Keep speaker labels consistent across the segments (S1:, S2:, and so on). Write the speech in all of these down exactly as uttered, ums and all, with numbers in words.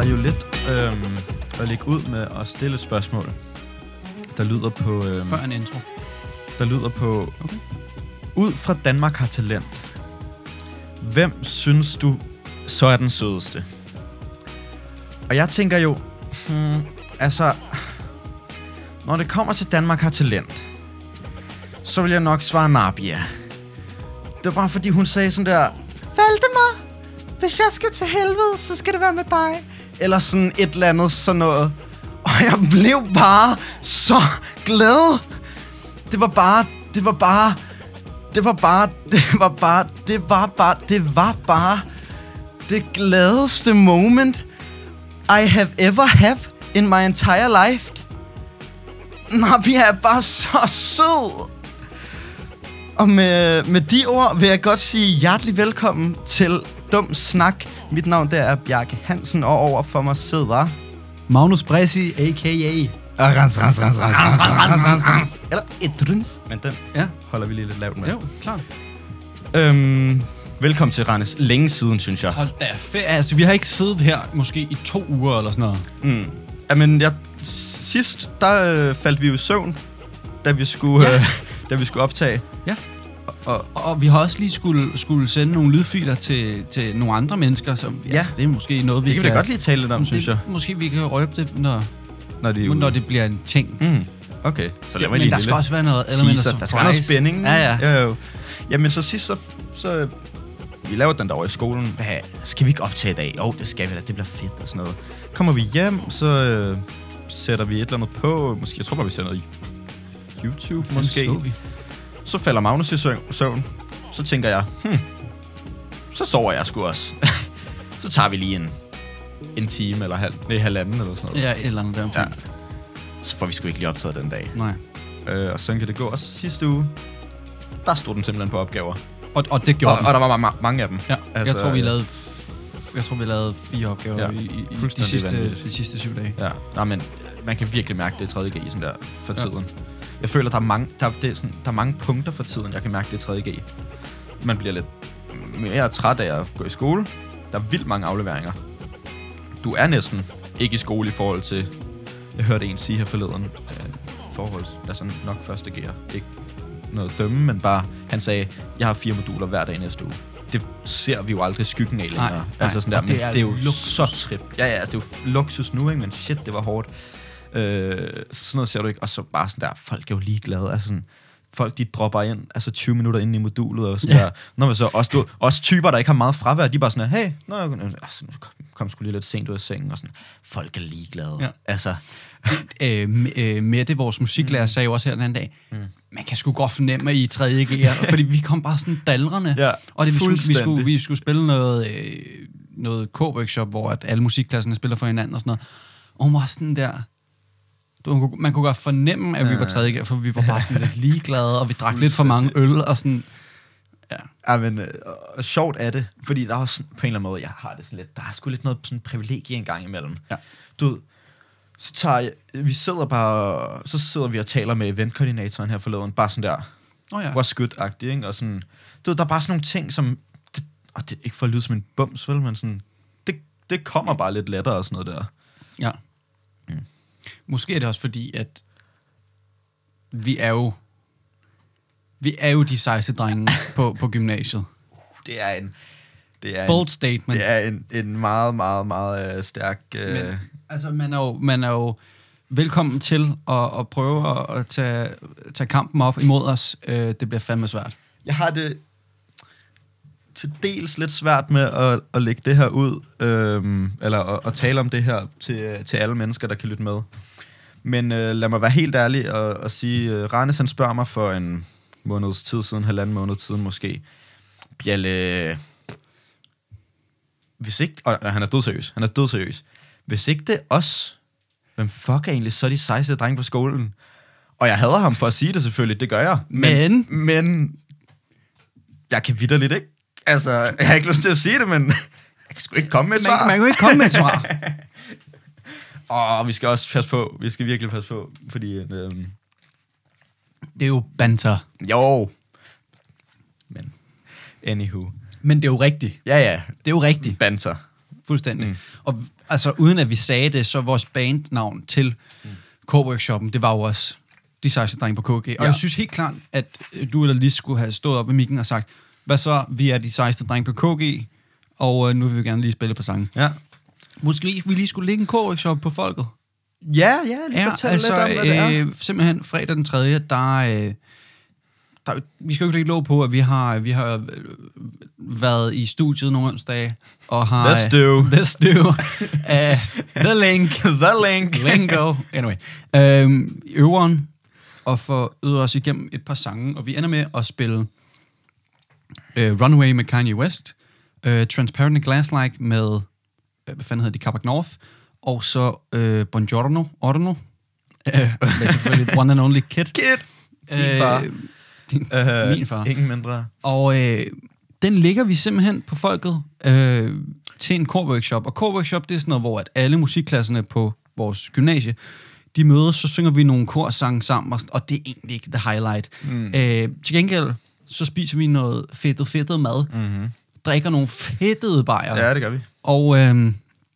S1: dig jo lidt øhm, at lægge ud med at stille et spørgsmål, der lyder på... Øhm,
S2: Før en intro.
S1: Der lyder på...
S2: Okay.
S1: Ud fra Danmark har talent. Hvem synes du så er den sødeste? Og jeg tænker jo... Hmm, altså... Når det kommer til Danmark har talent, så vil jeg nok svare Nabia. Det var bare fordi hun sagde sådan der... Valdemar, hvis jeg skal til helvede, så skal det være med dig. Eller sådan et eller andet sådan noget. Og jeg blev bare så glad. Det var bare... Det var bare... Det var bare... Det var bare... Det var bare... Det var bare... Det gladeste moment I have ever have in my entire life. Nabia er bare så sød. Og med, med de ord vil jeg godt sige hjertelig velkommen til Dum Snak. Mit navn der er Bjarke Hansen, og over for mig sidder...
S2: Magnus Bressi, a k a.
S1: Rans, rans, rans, rans, rans, rans, rans, rans. Eller et runs. Men den
S2: ja.
S1: holder vi lige lidt lavt med.
S2: Jo, klart.
S1: Øhm, velkommen til Rannes. Længe siden, synes jeg.
S2: Hold da ferie. Altså, vi har ikke siddet her måske i to uger eller sådan noget.
S1: Mm. Jamen, jeg, sidst, der øh, faldt vi jo i søvn, da vi skulle,
S2: ja.
S1: øh, da vi skulle optage.
S2: Ja. Og, og, og vi har også lige skulle, skulle sende nogle lydfiler til, til nogle andre mennesker, som ja. altså, det er måske noget, vi
S1: det kan vi da godt lige tale lidt om, det, synes jeg.
S2: Måske vi kan røbe det, når,
S1: når, det,
S2: når det bliver en ting.
S1: Mm. Okay, så lad mig
S2: ja,
S1: lige
S2: men der skal også være noget
S1: element af der skal være noget spænding.
S2: Ja, ja.
S1: Jo, jo. Jamen, så sidst, så, så vi lavede den derovre i skolen. Hvad, skal vi ikke optage i dag? Jo, oh, det skal vi da. Det bliver fedt og sådan noget. Kommer vi hjem, så øh, sætter vi et eller andet på. Måske, jeg tror bare, vi ser noget i YouTube,
S2: den
S1: måske.
S2: Så,
S1: så falder Magnus i søvn, søvn. Så tænker jeg, hmm, så sover jeg sgu også. Så tager vi lige en, en time eller halv, nej, halvanden eller sådan noget.
S2: Ja, et eller andet der.
S1: Ja. Så får vi sgu ikke lige optaget den dag.
S2: Nej.
S1: Øh, og sådan kan det gå. Og sidste uge, der stod den simpelthen på opgaver.
S2: Og, og det gjorde
S1: og, og der var ma- mange af dem.
S2: Ja, altså, jeg tror, vi lavede f- jeg tror, vi lavede fire opgaver ja, i, i, i de, sidste, de sidste syv dage.
S1: Ja, nej, men man kan virkelig mærke det i tredje G sådan der for tiden. Ja. Jeg føler, der er, mange, der, det er sådan, der er mange punkter for tiden, jeg kan mærke det i tredje G. Man bliver lidt mere træt af at gå i skole. Der er vildt mange afleveringer. Du er næsten ikke i skole i forhold til... Jeg hørte en sige her forleden. Øh, forhold, der er sådan nok første G'er. Ikke noget dømme, men bare... Han sagde, jeg har fire moduler hver dag næste uge. Det ser vi jo aldrig skyggen af længere.
S2: Nej,
S1: altså sådan der,
S2: det
S1: men
S2: er
S1: det er jo
S2: luksus.
S1: Så trip. Ja, ja, altså det er jo luksus nu, ikke? Men shit, det var hårdt. Øh, sådan noget ser du ikke. Og så bare sådan der, folk er jo ligeglade. Altså sådan, folk, de dropper ind, altså tyve minutter ind i modulet, og sådan ja. der. Når man så også, du, også typer, der ikke har meget fravær, de er bare sådan, hey, nå, jeg altså, kom, kom sgu lige lidt sent ud af sengen, og sådan. Folk er ligeglade. Ja. Altså.
S2: øh, øh, Mette, vores musiklærer, mm. sagde jo også her den anden dag, mm. man kan sgu godt fornemme, at I er tredje G'er, fordi vi kom bare sådan daldrende.
S1: Ja,
S2: og det, vi, skulle, vi, skulle, vi skulle spille noget, øh, noget K-workshop, hvor at alle musikklasserne spiller for hinanden og sådan noget. Og hun var sådan der... Man kunne godt fornemme, at vi var tredje G'er, for vi var bare sådan lidt ligeglade, og vi drak lidt for mange øl, og sådan... Ja,
S1: ja men øh, og sjovt er det, fordi der er sådan, på en eller anden måde, jeg har det sådan lidt, der er sgu lidt noget sådan privilegie en gang imellem.
S2: Ja.
S1: Du ved, så tager jeg, vi sidder bare, så sidder vi og taler med eventkoordinatoren her forleden, bare sådan der,
S2: oh ja.
S1: what's good-agtigt, ikke? Og sådan, du ved, der er bare sådan nogle ting, som, det, og det ikke for at lyde som en bums, vel, men sådan, det, det kommer bare lidt lettere og sådan noget der.
S2: Ja. Mm. Måske er det også fordi, at vi er jo, vi er jo de sejste drenge på, på gymnasiet.
S1: Det er en... Det er
S2: bold
S1: en,
S2: statement.
S1: Det er en, en meget, meget, meget øh, stærk... Øh...
S2: Men, altså, man er, jo, man er jo velkommen til at, at prøve at, at tage, tage kampen op imod os. Øh, det bliver fandme svært.
S1: Jeg har det til dels lidt svært med at, at lægge det her ud, øh, eller at, at tale om det her til, til alle mennesker, der kan lytte med. Men øh, lad mig være helt ærlig og, og sige, øh, Rannes han spørger mig for en måneds tid siden, halvanden måned siden måske, Bjalle... Hvis ikke... Og han er dødseriøs. Han er dødseriøs. Hvis ikke det er os, hvem fuck er egentlig så de sejste drenge på skolen? Og jeg hader ham for at sige det selvfølgelig, det gør jeg.
S2: Men?
S1: Men... men jeg kan vitterligt ikke... Altså, jeg har ikke lyst til at sige det, men... Jeg kan sgu ikke komme med et svar.
S2: Man, man kan jo ikke komme med et svar.
S1: Og vi skal også passe på. Vi skal virkelig passe på, fordi... Øhm...
S2: Det er jo banter.
S1: Jo. Men... Anywho.
S2: Men det er jo rigtigt.
S1: Ja, ja.
S2: Det er jo rigtigt.
S1: Banter.
S2: fuldstændig.
S1: Mm.
S2: Og altså, uden at vi sagde det, så vores bandnavn til mm. K-workshoppen, det var jo også De seksten Drenge på K G. Og ja. Jeg synes helt klart, at du eller Lis skulle have stået op ved mikken og sagt, hvad så, vi er De seksten Drenge på K G, og øh, nu vil vi gerne lige spille på sangen.
S1: Ja.
S2: Måske vi lige skulle lægge en K-workshop på folket.
S1: Ja, ja, lige
S2: ja,
S1: fortæl
S2: altså,
S1: lidt om, hvad det er.
S2: Øh, simpelthen fredag den tredje, der, øh, der vi skal jo ikke lægge lov på, at vi har, vi har øh, været i studiet nogle onsdage, og har...
S1: Let's do.
S2: Let's do. uh, the link.
S1: The link.
S2: Lingo. Anyway. Øhm, øveren, og få øvet os igennem et par sange, og vi ender med at spille øh, Runaway med Kanye West, øh, Transparent and Glass-like med, øh, hvad fanden hedder de, Carbac North, og så øh, Buongiorno, Orno, øh, med selvfølgelig One and Only Kid.
S1: Kid! Din far.
S2: Øh, din,
S1: øh,
S2: min far.
S1: Ingen mindre.
S2: Og øh, den ligger vi simpelthen på folket øh, til en K-workshop. Og K-workshop, det er sådan noget, hvor at alle musikklasserne på vores gymnasie, de mødes, så synger vi nogle korsange sammen, og det er egentlig ikke the highlight. Mm. Øh, til gengæld, så spiser vi noget fedtet, fedtet mad, mm-hmm. drikker nogle fedtede bajer.
S1: Ja, det gør vi.
S2: Og øh,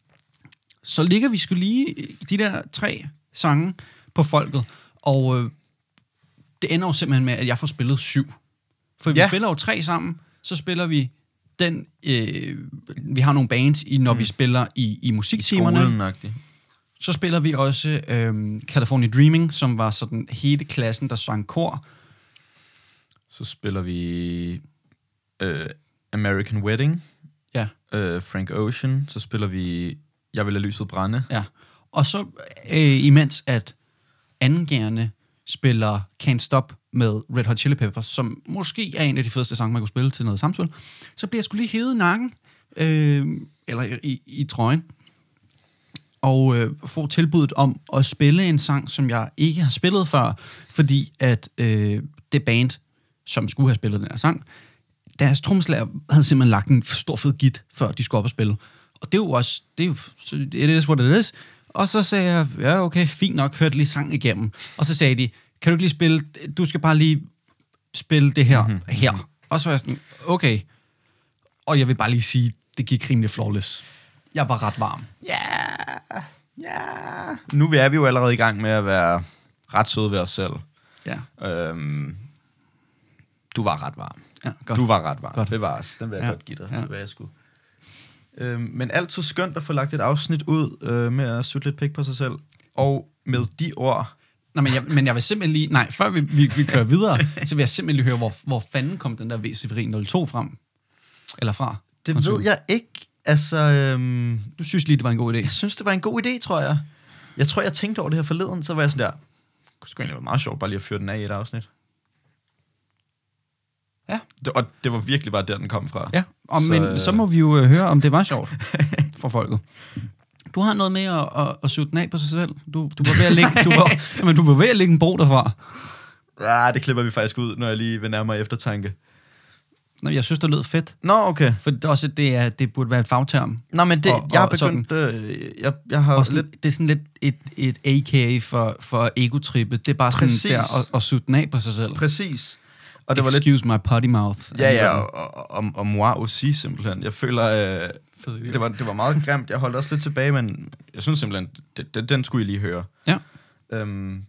S2: så ligger vi sgu lige de der tre sange på folket, og øh, det ender jo simpelthen med, at jeg får spillet syv. For ja. Vi spiller jo tre sammen, så spiller vi den, øh, vi har nogle bands, i, når mm. vi spiller i, i musiktimerne. Så spiller vi også øh, California Dreaming, som var sådan hele klassen, der sang kor.
S1: Så spiller vi øh, American Wedding.
S2: Ja.
S1: Øh, Frank Ocean. Så spiller vi Jeg vil lade lyset brænde.
S2: Ja. Og så øh, imens at andengærende spiller Can't Stop med Red Hot Chili Peppers, som måske er en af de fedeste sange, man kunne spille til noget samspil, så bliver jeg sgu lige hævet i nakken, øh, eller i, i trøjen, og øh, får tilbuddet om at spille en sang, som jeg ikke har spillet før, fordi at øh, det band, som skulle have spillet den her sang, deres trommeslager havde simpelthen lagt en stor fed git, før de skulle op og spille. Og det er jo også, det er jo, it is what it is. Og så sagde jeg, ja okay, fint nok, hørte lige sang igennem. Og så sagde de, kan du ikke lige spille, du skal bare lige spille det her, mm-hmm. her. Og så var jeg sådan, okay. Og jeg vil bare lige sige, det gik rimelig flawless. Jeg var ret varm.
S1: Ja, yeah, ja. Yeah. Nu er vi jo allerede i gang med at være ret søde ved os selv.
S2: Ja.
S1: Øhm, du var ret varm.
S2: Ja, godt.
S1: Du var ret varm.
S2: Godt.
S1: Det var os. Den vil jeg
S2: ja.
S1: godt give dig.
S2: Ja.
S1: Det var jeg skulle. Øhm, men altid skønt at få lagt et afsnit ud øh, med at sutte lidt pik på sig selv. Og med de ord...
S2: Nå, men jeg, men jeg vil simpelthen lige... Nej, før vi, vi, vi kører videre, så vil jeg simpelthen lige høre, hvor, hvor fanden kom den der V Severin nul to frem? Eller fra?
S1: Det Konsul. ved jeg ikke. Altså... Øhm,
S2: du synes lige, det var en god idé?
S1: Jeg synes, det var en god idé, tror jeg. Jeg tror, jeg tænkte over det her forleden, så var jeg sådan der... Det skulle egentlig være meget sjovt bare lige at fyre den af i et afsnit.
S2: Ja.
S1: Det, og det var virkelig bare der, den kom fra.
S2: Ja, og
S1: så,
S2: men så må vi jo høre, om det var sjovt for folket. Du har noget med at, at, at sutte den af på sig selv. Du, du, var ved at lægge, du, var, men du var ved at lægge en bro derfra.
S1: Ja, det klipper vi faktisk ud, når jeg lige vil nærmere eftertanke.
S2: Nå, jeg synes, det lød fedt.
S1: Nå, okay.
S2: For det, også, det, er, det burde være et fagterm.
S1: Nå, men det,
S2: og,
S1: jeg har
S2: og
S1: begyndt... Øh, jeg, jeg har
S2: sådan, lidt, det er sådan lidt et, et A K A for, for egotrippet. Det er bare
S1: Præcis.
S2: sådan der at, at sutte den af på sig selv.
S1: Præcis. Og det
S2: Excuse
S1: var
S2: lidt... my potty mouth.
S1: Ja, ja, og, og, og, og moi aussi, simpelthen. Jeg føler, øh, det, var, det var meget grimt. Jeg holdt også lidt tilbage, men jeg synes simpelthen, det, det, den skulle I lige høre.
S2: Ja.
S1: Øhm,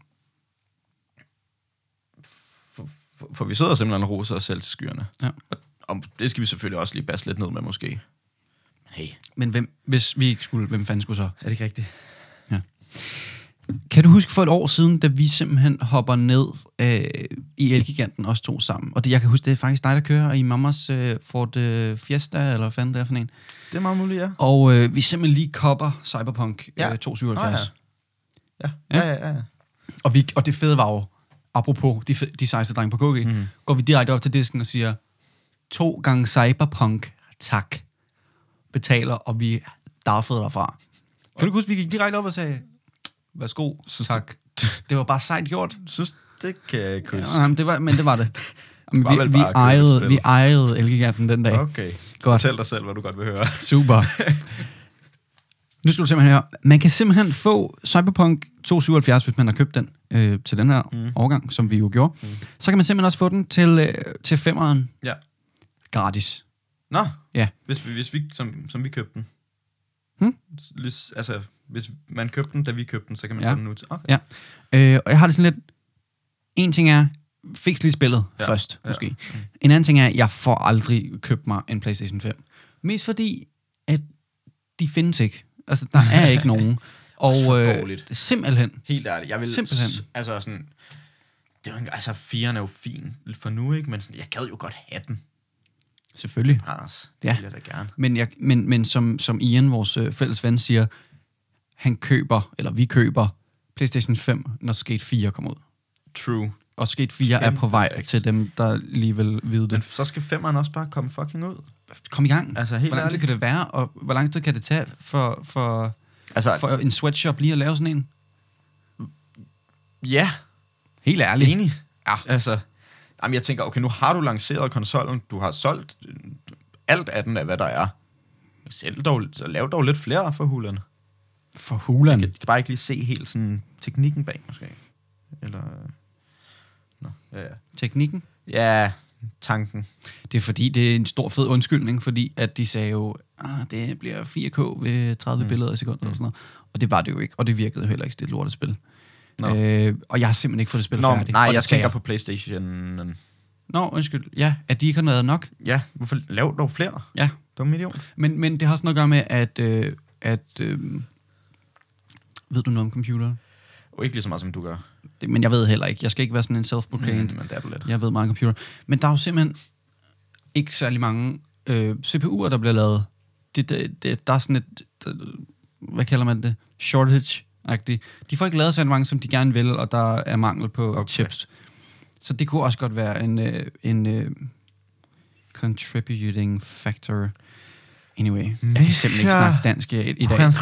S1: for, for, for vi sidder simpelthen og roser os selv til skyerne.
S2: Ja.
S1: Og, og det skal vi selvfølgelig også lige basse lidt ned med, måske. Hey.
S2: Men hvem, hvis vi ikke skulle, hvem fanden skulle så?
S1: Er det ikke rigtigt?
S2: Ja. Kan du huske for et år siden, da vi simpelthen hopper ned øh, i Elgiganten, os to sammen? Og det, jeg kan huske, det er faktisk dig, der kører i mammas øh, Ford øh, Fiesta, eller hvad fanden det er for en.
S1: Det er meget muligt, ja.
S2: Og øh, vi simpelthen lige kopper Cyberpunk
S1: ja.
S2: øh, to syvoghalvfjerds.
S1: Oh, ja. Ja. Ja, ja, ja, ja.
S2: Og, vi, og det fede var jo, apropos de, de seksten drenge på K G, mm-hmm. går vi direkte op til disken og siger, to gange Cyberpunk, tak, betaler, og vi darfede derfra. Kan du huske, vi gik direkte op og sagde, værsgo,
S1: synes,
S2: tak. Det, det var bare sejt gjort.
S1: Synes, det kan jeg ikke huske.
S2: Ja, men, det var, men det var det. Men
S1: var
S2: vi, vi, ejede, vi ejede Elgiganten den dag.
S1: Okay.
S2: Godt.
S1: Fortæl dig selv, hvad du godt vil høre.
S2: Super. Nu skal du simpelthen høre. Man kan simpelthen få Cyberpunk to syvoghalvfjerds, hvis man har købt den øh, til den her mm. årgang, som vi jo gjorde. Mm. Så kan man simpelthen også få den til, øh, til femmeren.
S1: Ja.
S2: Gratis.
S1: Nå,
S2: ja.
S1: hvis vi, hvis vi som, som vi købte den.
S2: Hmm?
S1: Lys, altså, hvis man købte den, da vi købte den, så kan man
S2: Ja.
S1: få den nu til. Okay.
S2: Ja. Øh, og jeg har det sådan lidt... En ting er, fix lige spillet
S1: Ja.
S2: først,
S1: Ja.
S2: måske.
S1: Mm.
S2: En anden ting er, jeg får aldrig købt mig en PlayStation fem. Mest fordi, at de findes ikke. Altså, der er ikke nogen. Og
S1: For
S2: øh,
S1: dårligt.
S2: simpelthen.
S1: Helt ærligt. Jeg vil
S2: Simpelthen.
S1: S- altså sådan... Det er jo, ikke- altså, firen er jo fin for nu, ikke? Men sådan, jeg gad jo godt have den.
S2: Selvfølgelig.
S1: Ars.
S2: Ja.
S1: Det vil jeg da gerne.
S2: Men, jeg, men, men som, som Ian, vores øh, fælles ven, siger, han køber, eller vi køber, PlayStation fem, når Skate fire kommer ud.
S1: True.
S2: Og Skate fire
S1: Kæmpe
S2: er på vej
S1: facts.
S2: til dem, der lige vil vide det.
S1: Men så skal femmeren også bare komme fucking ud.
S2: Kom i gang.
S1: Altså, helt
S2: Hvor lang tid
S1: ærligt.
S2: kan det være, og hvor lang tid kan det tage for, for,
S1: Altså,
S2: for en sweatshop lige at lave sådan en?
S1: ja.
S2: Helt ærligt.
S1: Enig.
S2: Ja.
S1: Altså, jamen, jeg tænker, okay, nu har du lanceret konsollen, du har solgt øh, alt af den af, hvad der er. Selv dog, så lav dog lidt flere for hulerne.
S2: For hulen.
S1: Jeg kan bare ikke lige se helt sådan teknikken bag, måske. Eller... Nå, ja, ja.
S2: Teknikken.
S1: Ja, tanken.
S2: Det er fordi, det er en stor fed undskyldning, fordi at de sagde jo, ah, det bliver fire K ved tredive mm. billeder i sekundet, mm. og sådan noget. Og det var det jo ikke, og det virkede jo heller ikke, det lortet spil.
S1: Nå.
S2: Øh, og jeg har simpelthen ikke fået det spil
S1: Nå,
S2: færdigt.
S1: nej,
S2: og
S1: jeg
S2: det skal
S1: tænker på PlayStation.
S2: Nå, undskyld. Ja, at de ikke har noget nok.
S1: Ja, hvorfor lav dog flere?
S2: Ja.
S1: Dumme idiot.
S2: Men, men det har også noget at gøre med, at... Øh, at øh, ved du noget om computer?
S1: Og ikke lige så meget, som du gør.
S2: Det, men jeg ved heller ikke. Jeg skal ikke være sådan en self-proclaimed.
S1: Mm, men det er du lidt.
S2: Jeg ved meget om computer. Men der er jo simpelthen ikke særlig mange øh, C P U'er, der bliver lavet. Det, det, det, der er sådan et... Det, hvad kalder man det? Shortage-agtigt. De får ikke lavet så mange, som de gerne vil, og der er mangel på
S1: Okay.
S2: chips. Så det kunne også godt være en, øh, en øh, contributing factor. Anyway, jeg kan simpelthen ikke snakke dansk i, i dag.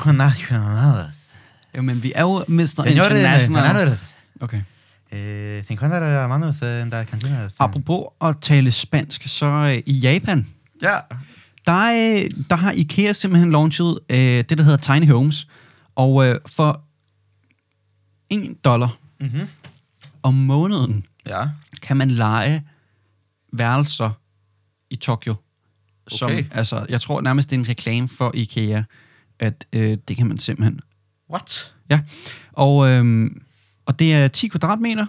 S2: Jo, men vi er jo mister International. Okay.
S1: Se encuentra hermanos en la cantina.
S2: Apropos at tale spansk, så øh, i Japan,
S1: Ja.
S2: der, er, der har IKEA simpelthen launchet øh, det, der hedder Tiny Homes. Og øh, for en dollar
S1: Mhm.
S2: om måneden
S1: Ja.
S2: kan man leje værelser i Tokyo. Som,
S1: Okay.
S2: altså, jeg tror nærmest, det er en reklame for IKEA, at øh, det kan man simpelthen.
S1: What?
S2: Ja, og, øhm, og det er ti kvadratmeter,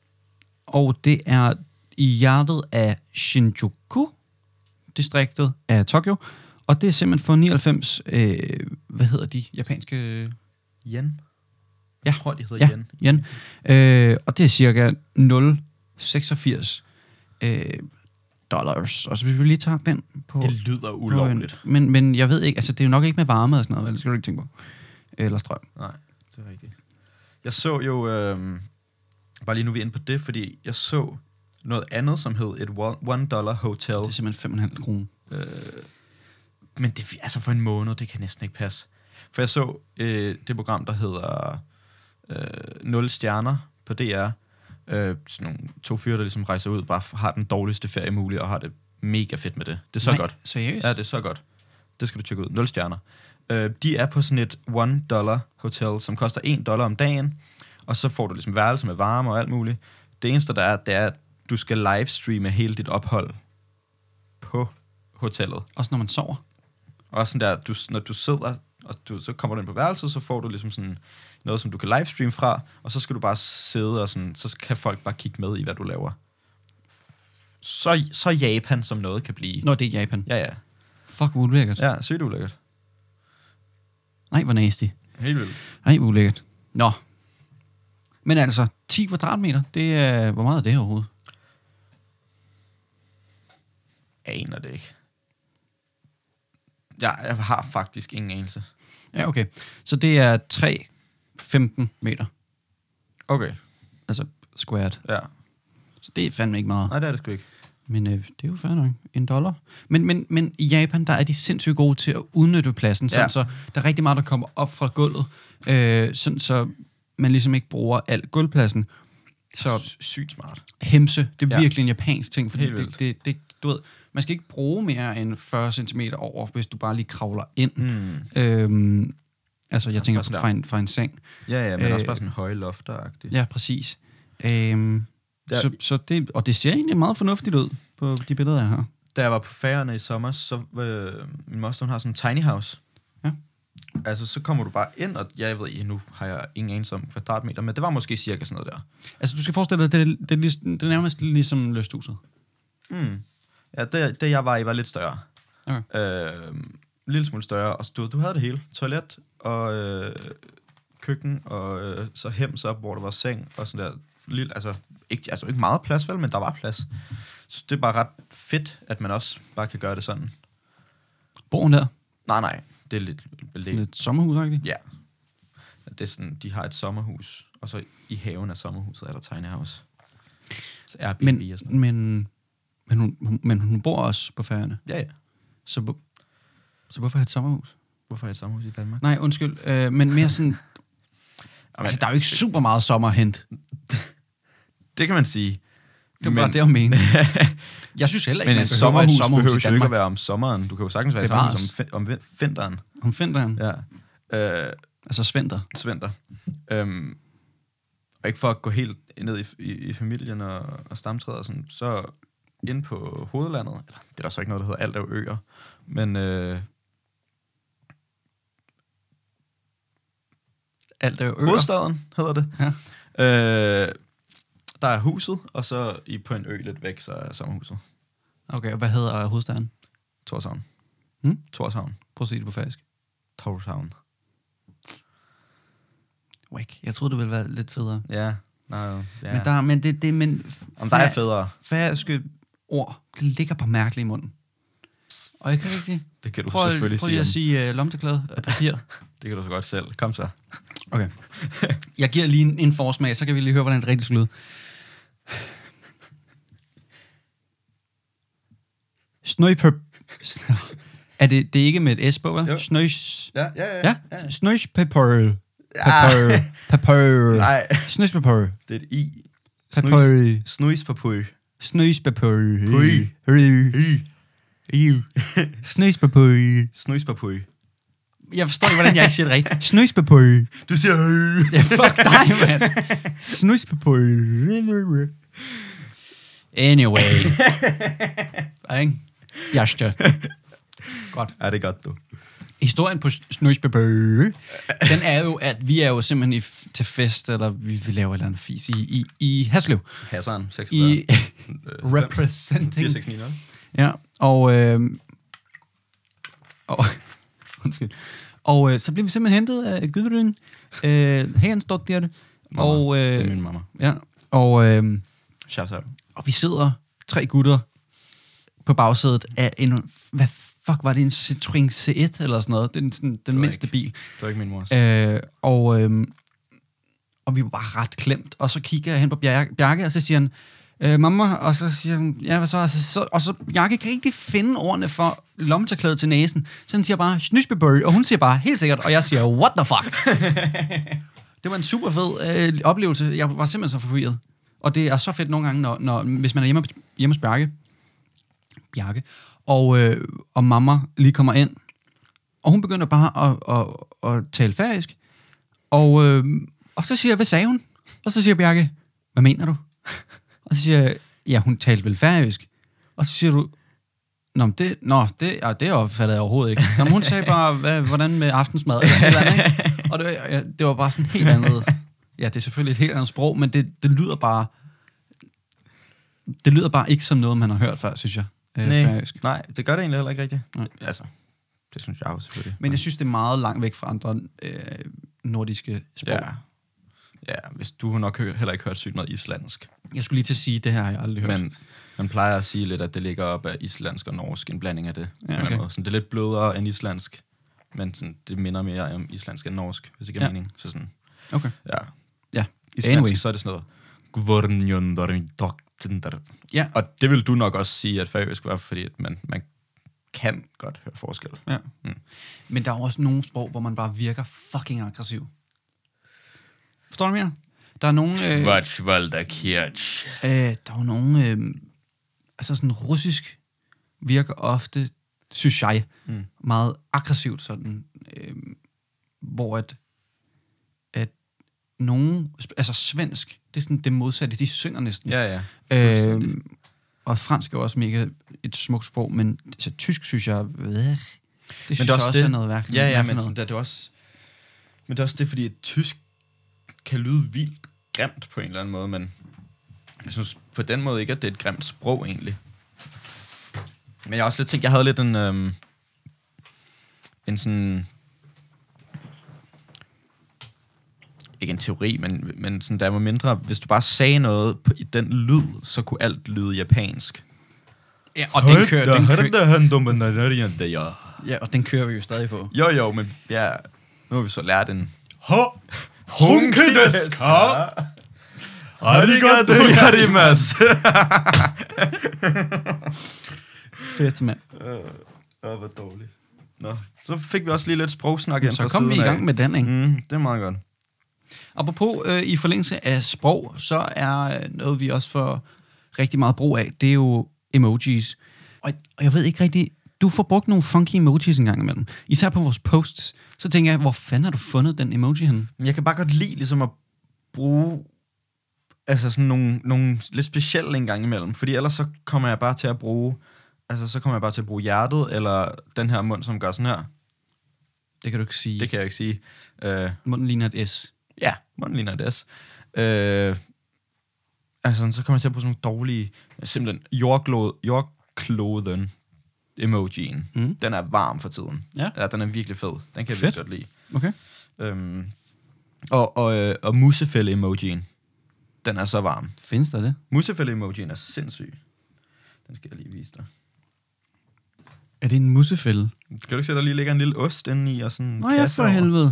S2: og det er i hjertet af Shinjuku-distriktet af Tokyo, og det er simpelthen for nioghalvfems, øh, hvad hedder de japanske...
S1: Yen?
S2: Ja.
S1: Jeg tror, de hedder
S2: Ja,
S1: Yen.
S2: yen. Øh, og det er cirka nul komma seksogfirs øh, dollars. Og så hvis vi lige tager den på...
S1: Det lyder ulovligt.
S2: På en, men, men jeg ved ikke, altså det er jo nok ikke med varme og sådan noget, vel? Det skal du ikke tænke på. Eller strøm.
S1: Nej, det er rigtigt. Jeg så jo... Øh, bare lige nu vi er inde på det, fordi jeg så noget andet, som hed et one dollar hotel.
S2: Det er simpelthen fem komma fem kroner.
S1: Øh, men det, altså for en måned, det kan næsten ikke passe. For jeg så øh, det program, der hedder øh, nul stjerner på D R. Øh, sådan nogle to fyre, der ligesom rejser ud, bare har den dårligste ferie muligt, og har det mega fedt med det. Det er så
S2: Nej,
S1: godt.
S2: seriøst?
S1: Ja, det er så godt. Det skal du tjekke ud. nul stjerner. Øh, de er på sådan et one dollar hotel, som koster en dollar om dagen, og så får du ligesom værelse med varme og alt muligt. Det eneste, der er, det er, at du skal livestreame hele dit ophold på hotellet.
S2: Også når man sover.
S1: Og sådan der, du, når du sidder, og du, så kommer du ind på værelset, så får du ligesom sådan noget, som du kan livestreame fra, og så skal du bare sidde, og sådan, så kan folk bare kigge med i, hvad du laver. Så, så Japan som noget kan blive.
S2: Når det er Japan.
S1: Ja, ja.
S2: Fuck, hvor ulækkert.
S1: Ja, sygt ulækkert.
S2: Nej, hvor nasty.
S1: Helt vildt.
S2: Nej, hvor ulækkert. Nå. Men altså, ti kvadratmeter, det er... Hvor meget er det overhovedet?
S1: Jeg aner det ikke. Ja, jeg har faktisk ingen anelse.
S2: Ja, okay. Så det er tre komma femten meter.
S1: Okay,
S2: Altså squared.
S1: ja.
S2: Så det er fandme ikke meget.
S1: Nej, det er det sgu ikke.
S2: Men øh, det er jo fair nok. En dollar. Men, men, men i Japan, der er de sindssygt gode til at udnytte pladsen. Sådan,
S1: Ja.
S2: så der er rigtig meget, der kommer op fra gulvet. Øh, sådan, så man ligesom ikke bruger al gulvpladsen. Så
S1: S- Sygt smart.
S2: hemse, det er
S1: Ja.
S2: virkelig en japansk ting. Fordi
S1: Helt
S2: det,
S1: vildt.
S2: det, det, du ved, man skal ikke bruge mere end fyrre centimeter over, hvis du bare lige kravler ind.
S1: Mm.
S2: Øhm, altså, jeg tænker
S1: også
S2: på
S1: der.
S2: fra en, fra en seng.
S1: Ja, ja, men øh,
S2: Øh,
S1: også bare sådan høje lofter-agtigt.
S2: Ja, præcis. Øhm,
S1: Ja.
S2: så, så det, og det ser egentlig meget fornuftigt ud på de billeder, jeg har.
S1: Da jeg var på Færøerne i sommer, så øh, min moster, hun har sådan en tiny house.
S2: Ja.
S1: Altså, så kommer du bare ind, og ja, jeg ved ikke, nu har jeg ingen anelse om kvadratmeter, men det var måske cirka sådan noget der.
S2: Altså, du skal forestille dig, det, det, det, det er nærmest ligesom lysthuset.
S1: Mm. Ja, det, det jeg var i, var lidt større.
S2: Okay.
S1: Øh, en lille smule større, og du, du havde det hele. Toilet og øh, køkken, og øh, så hems op, hvor der var seng, og sådan der. Lille, altså, ikke, altså ikke meget plads, vel, men der var plads. Så det er bare ret fedt, at man også bare kan gøre det sådan.
S2: Bor hun der?
S1: Nej, nej. Det er lidt...
S2: Sådan et sommerhus, ikke?
S1: Ja. Det er sådan, de har et sommerhus, og så i haven af sommerhuset er der tiny house. Så Airbnb
S2: men,
S1: og sådan
S2: men, men, hun, hun, men hun bor også på Færøerne.
S1: Ja, ja.
S2: Så, så hvorfor have et sommerhus?
S1: Hvorfor er et sommerhus i Danmark?
S2: Nej, undskyld. Øh, men mere sådan... altså, der er jo ikke super meget sommer at hente.
S1: Det kan man sige.
S2: Det er bare det, jeg mener. Jeg synes heller ikke,
S1: men
S2: man
S1: et
S2: behøver
S1: sommerhus,
S2: et sommerhus
S1: behøver
S2: i
S1: jo ikke
S2: Danmark.
S1: at være om sommeren. Du kan jo sagtens være i sommerhus om, om vinteren.
S2: Om vinteren?
S1: Ja. Øh,
S2: altså svinter.
S1: Svinter. Øhm, og ikke for at gå helt ned i, i, i familien og, og stamtræder, sådan, så ind på hovedlandet, eller det er der så ikke noget, der hedder alt af øer, men... Øh,
S2: alt af øer?
S1: Hovedstaden hedder det.
S2: Ja.
S1: Øh, der er huset, og så i på en ø lidt væk, så er sommerhuset.
S2: Okay, og hvad hedder hovedstaden?
S1: Torshavn.
S2: Hmm?
S1: Torshavn.
S2: Prøv at sige det på færøsk.
S1: Torshavn.
S2: Wake. Jeg troede, det ville være lidt federe.
S1: Ja. Nej, ja.
S2: Men der, men det, det, men...
S1: Om der er federe.
S2: Færøske ord, det ligger bare mærkeligt i munden. Og jeg kan ikke...
S1: Det kan du
S2: prøv,
S1: selvfølgelig
S2: prøv lige
S1: sige.
S2: at sige uh, lomteklæde af papir.
S1: Det kan du så godt selv. Kom så.
S2: Okay. Jeg giver lige en, en forsmag, så kan vi lige høre, hvordan det rigtigt skal lyde. Snøjper... Er det, det er ikke med et S på, vel? Snøjs...
S1: Ja, ja, ja.
S2: Ja? Snøjspepper. Pepper. Pepper.
S1: Nej.
S2: Snøjspepper.
S1: Det er et I.
S2: Pepper.
S1: Snøjspepper.
S2: Snøjspepper.
S1: Pøy.
S2: Pøy. Snøjspepper.
S1: Snøjspepper.
S2: Jeg forstår ikke, hvordan jeg ikke siger det rigtigt. Snøjspepper.
S1: Du siger høj.
S2: Ja, fuck dig, mand. Snøjspepper. Anyway. Ikke? Jeg støt. Godt.
S1: Ja, det er godt, du.
S2: Historien på Snøjspepper, den er jo, at vi er jo simpelthen i, til fest, eller vi, vi laver et eller andet fis i, i, i Haslev.
S1: Hassan, seksogfyrre.
S2: I representing.
S1: fire seks ni nul.
S2: Ja, og... Øh, og undskyld. Og øh, så bliver vi simpelthen hentet af Gudrun. Øh, Herren står der. Og, øh,
S1: det er min mamma.
S2: Ja, og, øh,
S1: Shout out.
S2: og vi sidder tre gutter på bagsædet af en... Hvad fuck var det? En Citroën C et eller sådan noget? Det er den, sådan, den mindste
S1: ikke.
S2: bil.
S1: Det var ikke min mors.
S2: Øh, og, øh, og vi var bare ret klemt. Og så kigger jeg hen på Bjarke, Bjarke og så siger han, øh, mamma, og så siger han, ja, hvad så? Altså, så og så Bjarke kan ikke rigtig finde ordene for lommetørklædet til næsen. Så han siger bare, snysbebøg, og hun siger bare, helt sikkert, og jeg siger, what the fuck? Det var en super fed øh, oplevelse. Jeg var simpelthen så forvirret. Og det er så fedt nogle gange, når, når, hvis man er hjemme, hjemme hos Bjarke, Bjarke, og, øh, og mamma lige kommer ind, og hun begynder bare at, at, at tale færøsk, og, øh, og så siger jeg, hvad sagde hun? Og så siger Bjarke, hvad mener du? Og så siger jeg, ja, hun talte vel færøsk. Og så siger du, nå, men det, nå, det, ja, det opfattede jeg overhovedet ikke. Nå, hun sagde bare, hvad, hvordan med aftensmad, eller, eller andet, ikke? Og det, ja, det var bare sådan helt andet. Ja, det er selvfølgelig et helt andet sprog, men det, det lyder bare, det lyder bare ikke som noget, man har hørt før, synes jeg. Øh,
S1: nej, nej, det gør det egentlig heller ikke rigtigt. Nej. Altså, det synes jeg jo selvfølgelig.
S2: Men jeg synes, det er meget langt væk fra andre øh, nordiske sprog.
S1: Ja. Ja, hvis du har nok heller ikke hørt sygt noget islandsk.
S2: Jeg skulle lige til at sige, det her har jeg aldrig hørt.
S1: Men man plejer at sige lidt, at det ligger op af islandsk og norsk, en blanding af det.
S2: Ja, okay.
S1: Sådan, det er lidt blødere end islandsk, men sådan, det minder mere om islandsk end norsk, hvis ikke er ja. mening. Så sådan,
S2: okay.
S1: Ja.
S2: Ja.
S1: Islandsk,
S2: anyway.
S1: Så er det sådan noget.
S2: Ja.
S1: Og det vil du nok også sige, at færøsk var, fordi at man, man kan godt høre forskel.
S2: Ja.
S1: Mm.
S2: Men der er også nogle sprog, hvor man bare virker fucking aggressiv. Forstår du mere? Der er nogle... Øh, øh, der er jo nogle... Øh, altså sådan russisk virker ofte, synes jeg, mm. meget aggressivt sådan. Øh, hvor at, at nogen... Altså svensk, det er sådan det modsatte. De synger næsten.
S1: Ja, ja.
S2: Øh, og fransk er også mega et smukt sprog, men så tysk synes jeg... Øh, det synes
S1: men det
S2: jeg
S1: også,
S2: også
S1: det,
S2: er noget værkeligt.
S1: Ja, ja, men sådan, det er også... Men det er også det, fordi et tysk kan lyde vildt grimt på en eller anden måde, men jeg synes på den måde ikke, at det er et grimt sprog egentlig. Men jeg har også lidt tænkt, jeg havde lidt en, øhm, en sådan, ikke en teori, men, men sådan, da jeg var mindre, hvis du bare sagde noget på, i den lyd, så kunne alt lyde japansk.
S2: Ja, og den kører, den kører,
S1: ja.
S2: ja, og den kører vi jo stadig på.
S1: Jo, jo, men ja, nu har vi så lært en...
S2: Honke desu ka?
S1: Arigato yarimasu.
S2: Fedt, mand.
S1: Åh, hvor dårligt. Nå, så fik vi også lige lidt sprogsnak ind.
S2: Så kom vi i gang med den, ikke?
S1: Mm, det er meget godt.
S2: Apropos øh, i forlængelse af sprog, så er noget, vi også får rigtig meget brug af, det er jo emojis. Og, og jeg ved ikke rigtig, du får brugt nogle funky emojis en gang imellem. Især på vores posts. Så tænker jeg, hvor fanden har du fundet den emoji henne?
S1: Jeg kan bare godt lide ligesom at bruge altså sådan nogle, nogle lidt specielle en gang imellem. Fordi ellers så kommer jeg bare til at bruge altså så kommer jeg bare til at bruge hjertet, eller den her mund, som gør sådan her.
S2: Det kan du ikke sige.
S1: Det kan jeg ikke sige. Uh,
S2: Munden ligner et S.
S1: Ja, munden ligner et S. Uh, altså, så kommer jeg til at bruge sådan nogle dårlige, simpelthen jordkloden, jordkloden emojien. Mm. Den er varm for tiden. Ja. Ja, den er virkelig fed. Den kan jeg virkelig godt lide.
S2: Okay.
S1: Um, og, og, og musefælde-emojien. Den er så varm.
S2: Findes der det?
S1: Musefælde-emojien er sindssyg. Den skal jeg lige vise dig.
S2: Er det en musefælde?
S1: Kan du ikke se, der lige ligger en lille ost inde i og sådan en
S2: Nå ja, for over. Helvede.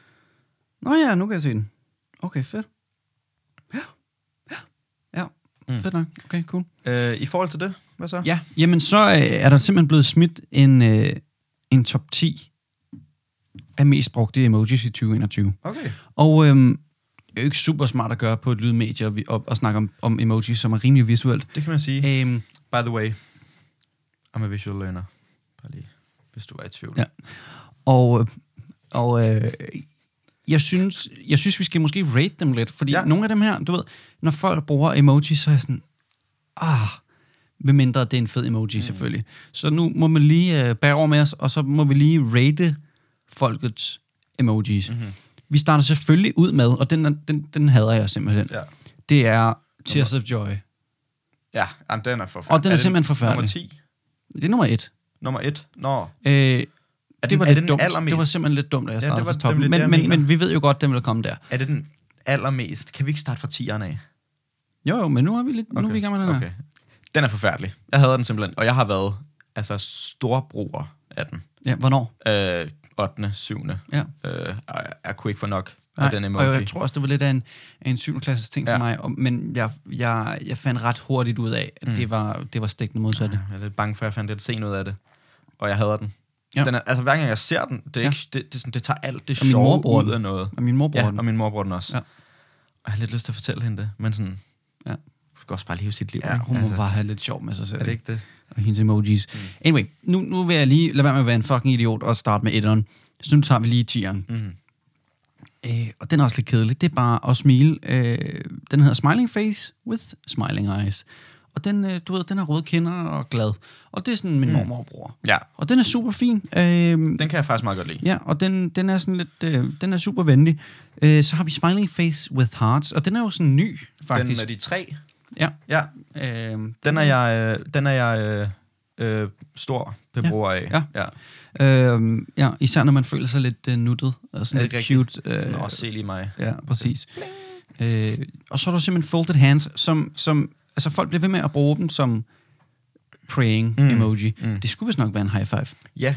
S2: Nå ja, nu kan jeg se den. Okay, fedt. Ja. Ja. Ja. Mm. Fedt nok. Okay, cool.
S1: Øh, I forhold til det, hvad så?
S2: Ja, jamen så øh, er der simpelthen blevet smidt en, øh, en top ti af mest brugte emojis i tyve enogtyve.
S1: Okay.
S2: Og øh, det er jo ikke super smart at gøre på et lydmedie og, og, og snakke om, om emojis, som er rimelig visuelt.
S1: Det kan man sige.
S2: Um,
S1: By the way, I'm a visual learner. Bare lige, hvis du var i tvivl.
S2: Ja. Og, og øh, jeg, synes, jeg synes, vi skal måske rate dem lidt, fordi ja. Nogle af dem her, du ved, når folk bruger emojis, så er jeg sådan, ah, ved mindre det er en fed emoji mm. selvfølgelig. Så nu må man lige øh, bære over med os, og så må vi lige rate folkets emojis. Mm-hmm. Vi starter selvfølgelig ud med, og den, den, den hader jeg simpelthen. Ja. Det er Tears of Joy.
S1: Ja, jamen, den er forfærdelig.
S2: Og den er, er simpelthen forfærdelig.
S1: Nummer ti?
S2: Det er nummer et.
S1: Nummer et? Nå.
S2: Øh, det,
S1: den,
S2: var
S1: lidt
S2: den
S1: dumt.
S2: Det var simpelthen lidt dumt, da jeg startede
S1: ja,
S2: fra toppen. Men, men, men vi ved jo godt, den vil komme der.
S1: Er det den allermest? Kan vi ikke starte fra tieren af?
S2: Jo, jo, men nu er vi, lidt, okay. nu er vi i gang med den
S1: okay. her. Den er forfærdelig. Jeg havde den simpelthen, og jeg har været altså storbruger af den.
S2: Ja, hvornår?
S1: Øh, ottende, syvende
S2: Ja.
S1: Øh, jeg, jeg kunne ikke få nok
S2: Nej,
S1: af den emoji.
S2: Og jeg tror også, det var lidt af en, af en syvende klasses ting ja. for mig, og, men jeg, jeg, jeg fandt ret hurtigt ud af, at mm. det var, det var stikkende modsatte.
S1: Jeg er lidt bange for, at jeg fandt lidt sent ud af det, og jeg hader den. Ja. Den er, altså hver gang jeg ser den, det, er ja. ikke, det, det, det, det tager alt det sjove ud af noget.
S2: Og min mor bruger
S1: ja,
S2: den.
S1: og min mor bruger den også.
S2: Ja.
S1: Og jeg har lidt lyst til at fortælle hende det, men sådan,
S2: ja.
S1: hun skal også bare leve sit liv.
S2: Ja, hun altså, må bare have lidt sjov med sig selv.
S1: Er det ikke det?
S2: Og hendes emojis. Mm. Anyway, nu, nu vil jeg lige lade være med at være en fucking idiot og starte med etteren. Så nu tager vi lige tieren. Mm. Øh, og den er også lidt kedelig. Det er bare at smile. Øh, den hedder Smiling Face with Smiling Eyes. Og den, øh, du ved, den har røde kinder og glad. Og det er sådan, min mm. mormor bruger.
S1: Ja.
S2: Og den er super fin. Øh,
S1: den kan jeg faktisk meget godt lide.
S2: Ja, og den, den er sådan lidt, øh, den er super venlig. Øh, så har vi Smiling Face with Hearts, og den er jo sådan ny, faktisk.
S1: Den er de tre.
S2: Ja.
S1: Ja. Øh, den er jeg, øh, den er jeg øh, øh, stor bebruger
S2: ja.
S1: af.
S2: Ja. Ja. Øh, ja, især når man føler sig lidt øh, nuttet og sådan lidt rigtigt? Cute. Øh,
S1: sådan også se lige mig.
S2: Ja, præcis. Øh, og så er der simpelthen folded hands, som, som altså folk bliver ved med at bruge dem som praying mm. emoji. Mm. Det skulle vist nok være en high five.
S1: Ja.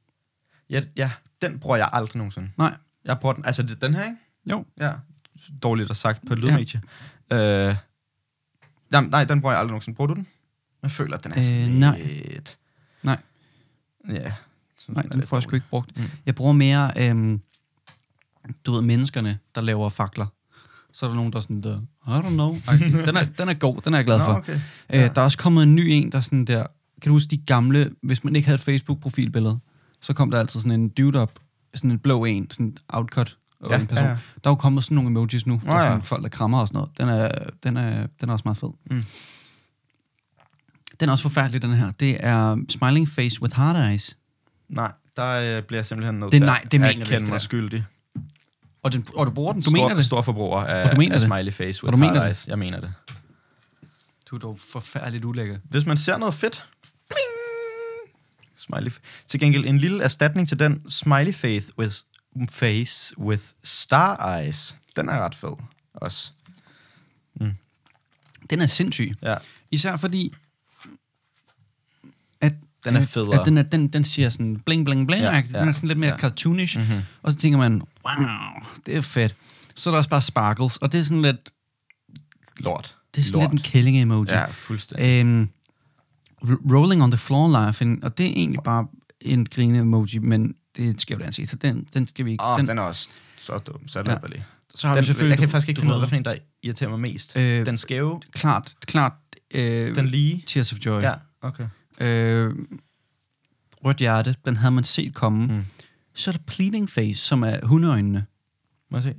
S1: ja. Ja, den bruger jeg aldrig nogensinde.
S2: Nej.
S1: Jeg bruger den, altså den her, ikke?
S2: Jo.
S1: Ja, dårligt at sagt på et lydmedie. Ja. Øh, jamen, nej, den bruger jeg aldrig nogensinde. Bruger du den? Jeg føler, at den er sådan øh,
S2: nej.
S1: lidt...
S2: Nej.
S1: Ja.
S2: Nej, den får jeg sgu ikke brugt. Mm. Jeg bruger mere, øhm, du ved, menneskerne, der laver fakler. Så er der nogen, der er sådan der, I don't know. Den er, den er god, den er jeg glad for. Nå, okay. ja. øh, der er også kommet en ny en, der sådan der, kan du huske de gamle, hvis man ikke havde et Facebook-profilbillede, så kom der altid sådan en dude op, sådan en blå en, sådan en outcut over ja, en person. Ja, ja. Der er jo kommet sådan nogle emojis nu, der er sådan ja. folk, der krammer og sådan noget. Den er, den er, den er også meget fed. Mm. Den er også forfærdelig, den her. Det er Smiling Face with Hard Eyes.
S1: Nej, der øh, bliver jeg simpelthen nødt
S2: til
S1: at
S2: nej, det mener
S1: kende mig skyldig.
S2: Og, den, og du bruger den, du
S1: stor,
S2: mener det?
S1: Stor forbruger af,
S2: og du mener
S1: af
S2: det?
S1: smiley face with
S2: og du mener
S1: hard
S2: det?
S1: eyes. Jeg mener det.
S2: Du er dog forfærdeligt ulækker.
S1: Hvis man ser noget fedt, bling, smiley. Til gengæld en lille erstatning til den smiley face with, face with star eyes. Den er ret fed også. Mm.
S2: Den er sindssyg.
S1: Ja.
S2: Især fordi, at
S1: Den er
S2: at-
S1: federe.
S2: At den, er, den, den siger sådan bling, bling, bling.
S1: Ja,
S2: Ja,
S1: ja,
S2: den er sådan lidt mere
S1: ja.
S2: ja. cartoonish.
S1: Mm-hmm.
S2: Og så tænker man, wow, det er fedt. Så er der også bare sparkles. Og det er sådan lidt,
S1: Lort.
S2: det er sådan
S1: Lort.
S2: lidt en killing-emoji.
S1: Ja, fuldstændig.
S2: Øhm, r- rolling on the floor laughing. Og det er egentlig bare en grine-emoji, men det skal jo da se. Så den, den skal vi ikke...
S1: Åh,
S2: den,
S1: den er også så dum. Så
S2: Ja.
S1: ja.
S2: så har
S1: Den,
S2: vi selvfølgelig...
S1: jeg kan faktisk ikke
S2: du
S1: finde ud af,
S2: ved,
S1: hvilken en, der irriterer mig mest.
S2: Øh,
S1: den skæve,
S2: Klart, klart. Øh,
S1: den lige.
S2: Tears of Joy.
S1: Ja, okay.
S2: Øh, Rødt hjerte, den havde man set komme.
S1: Mm.
S2: Mm. Så er der pleading face, som er hundeøjnene.
S1: Må jeg se?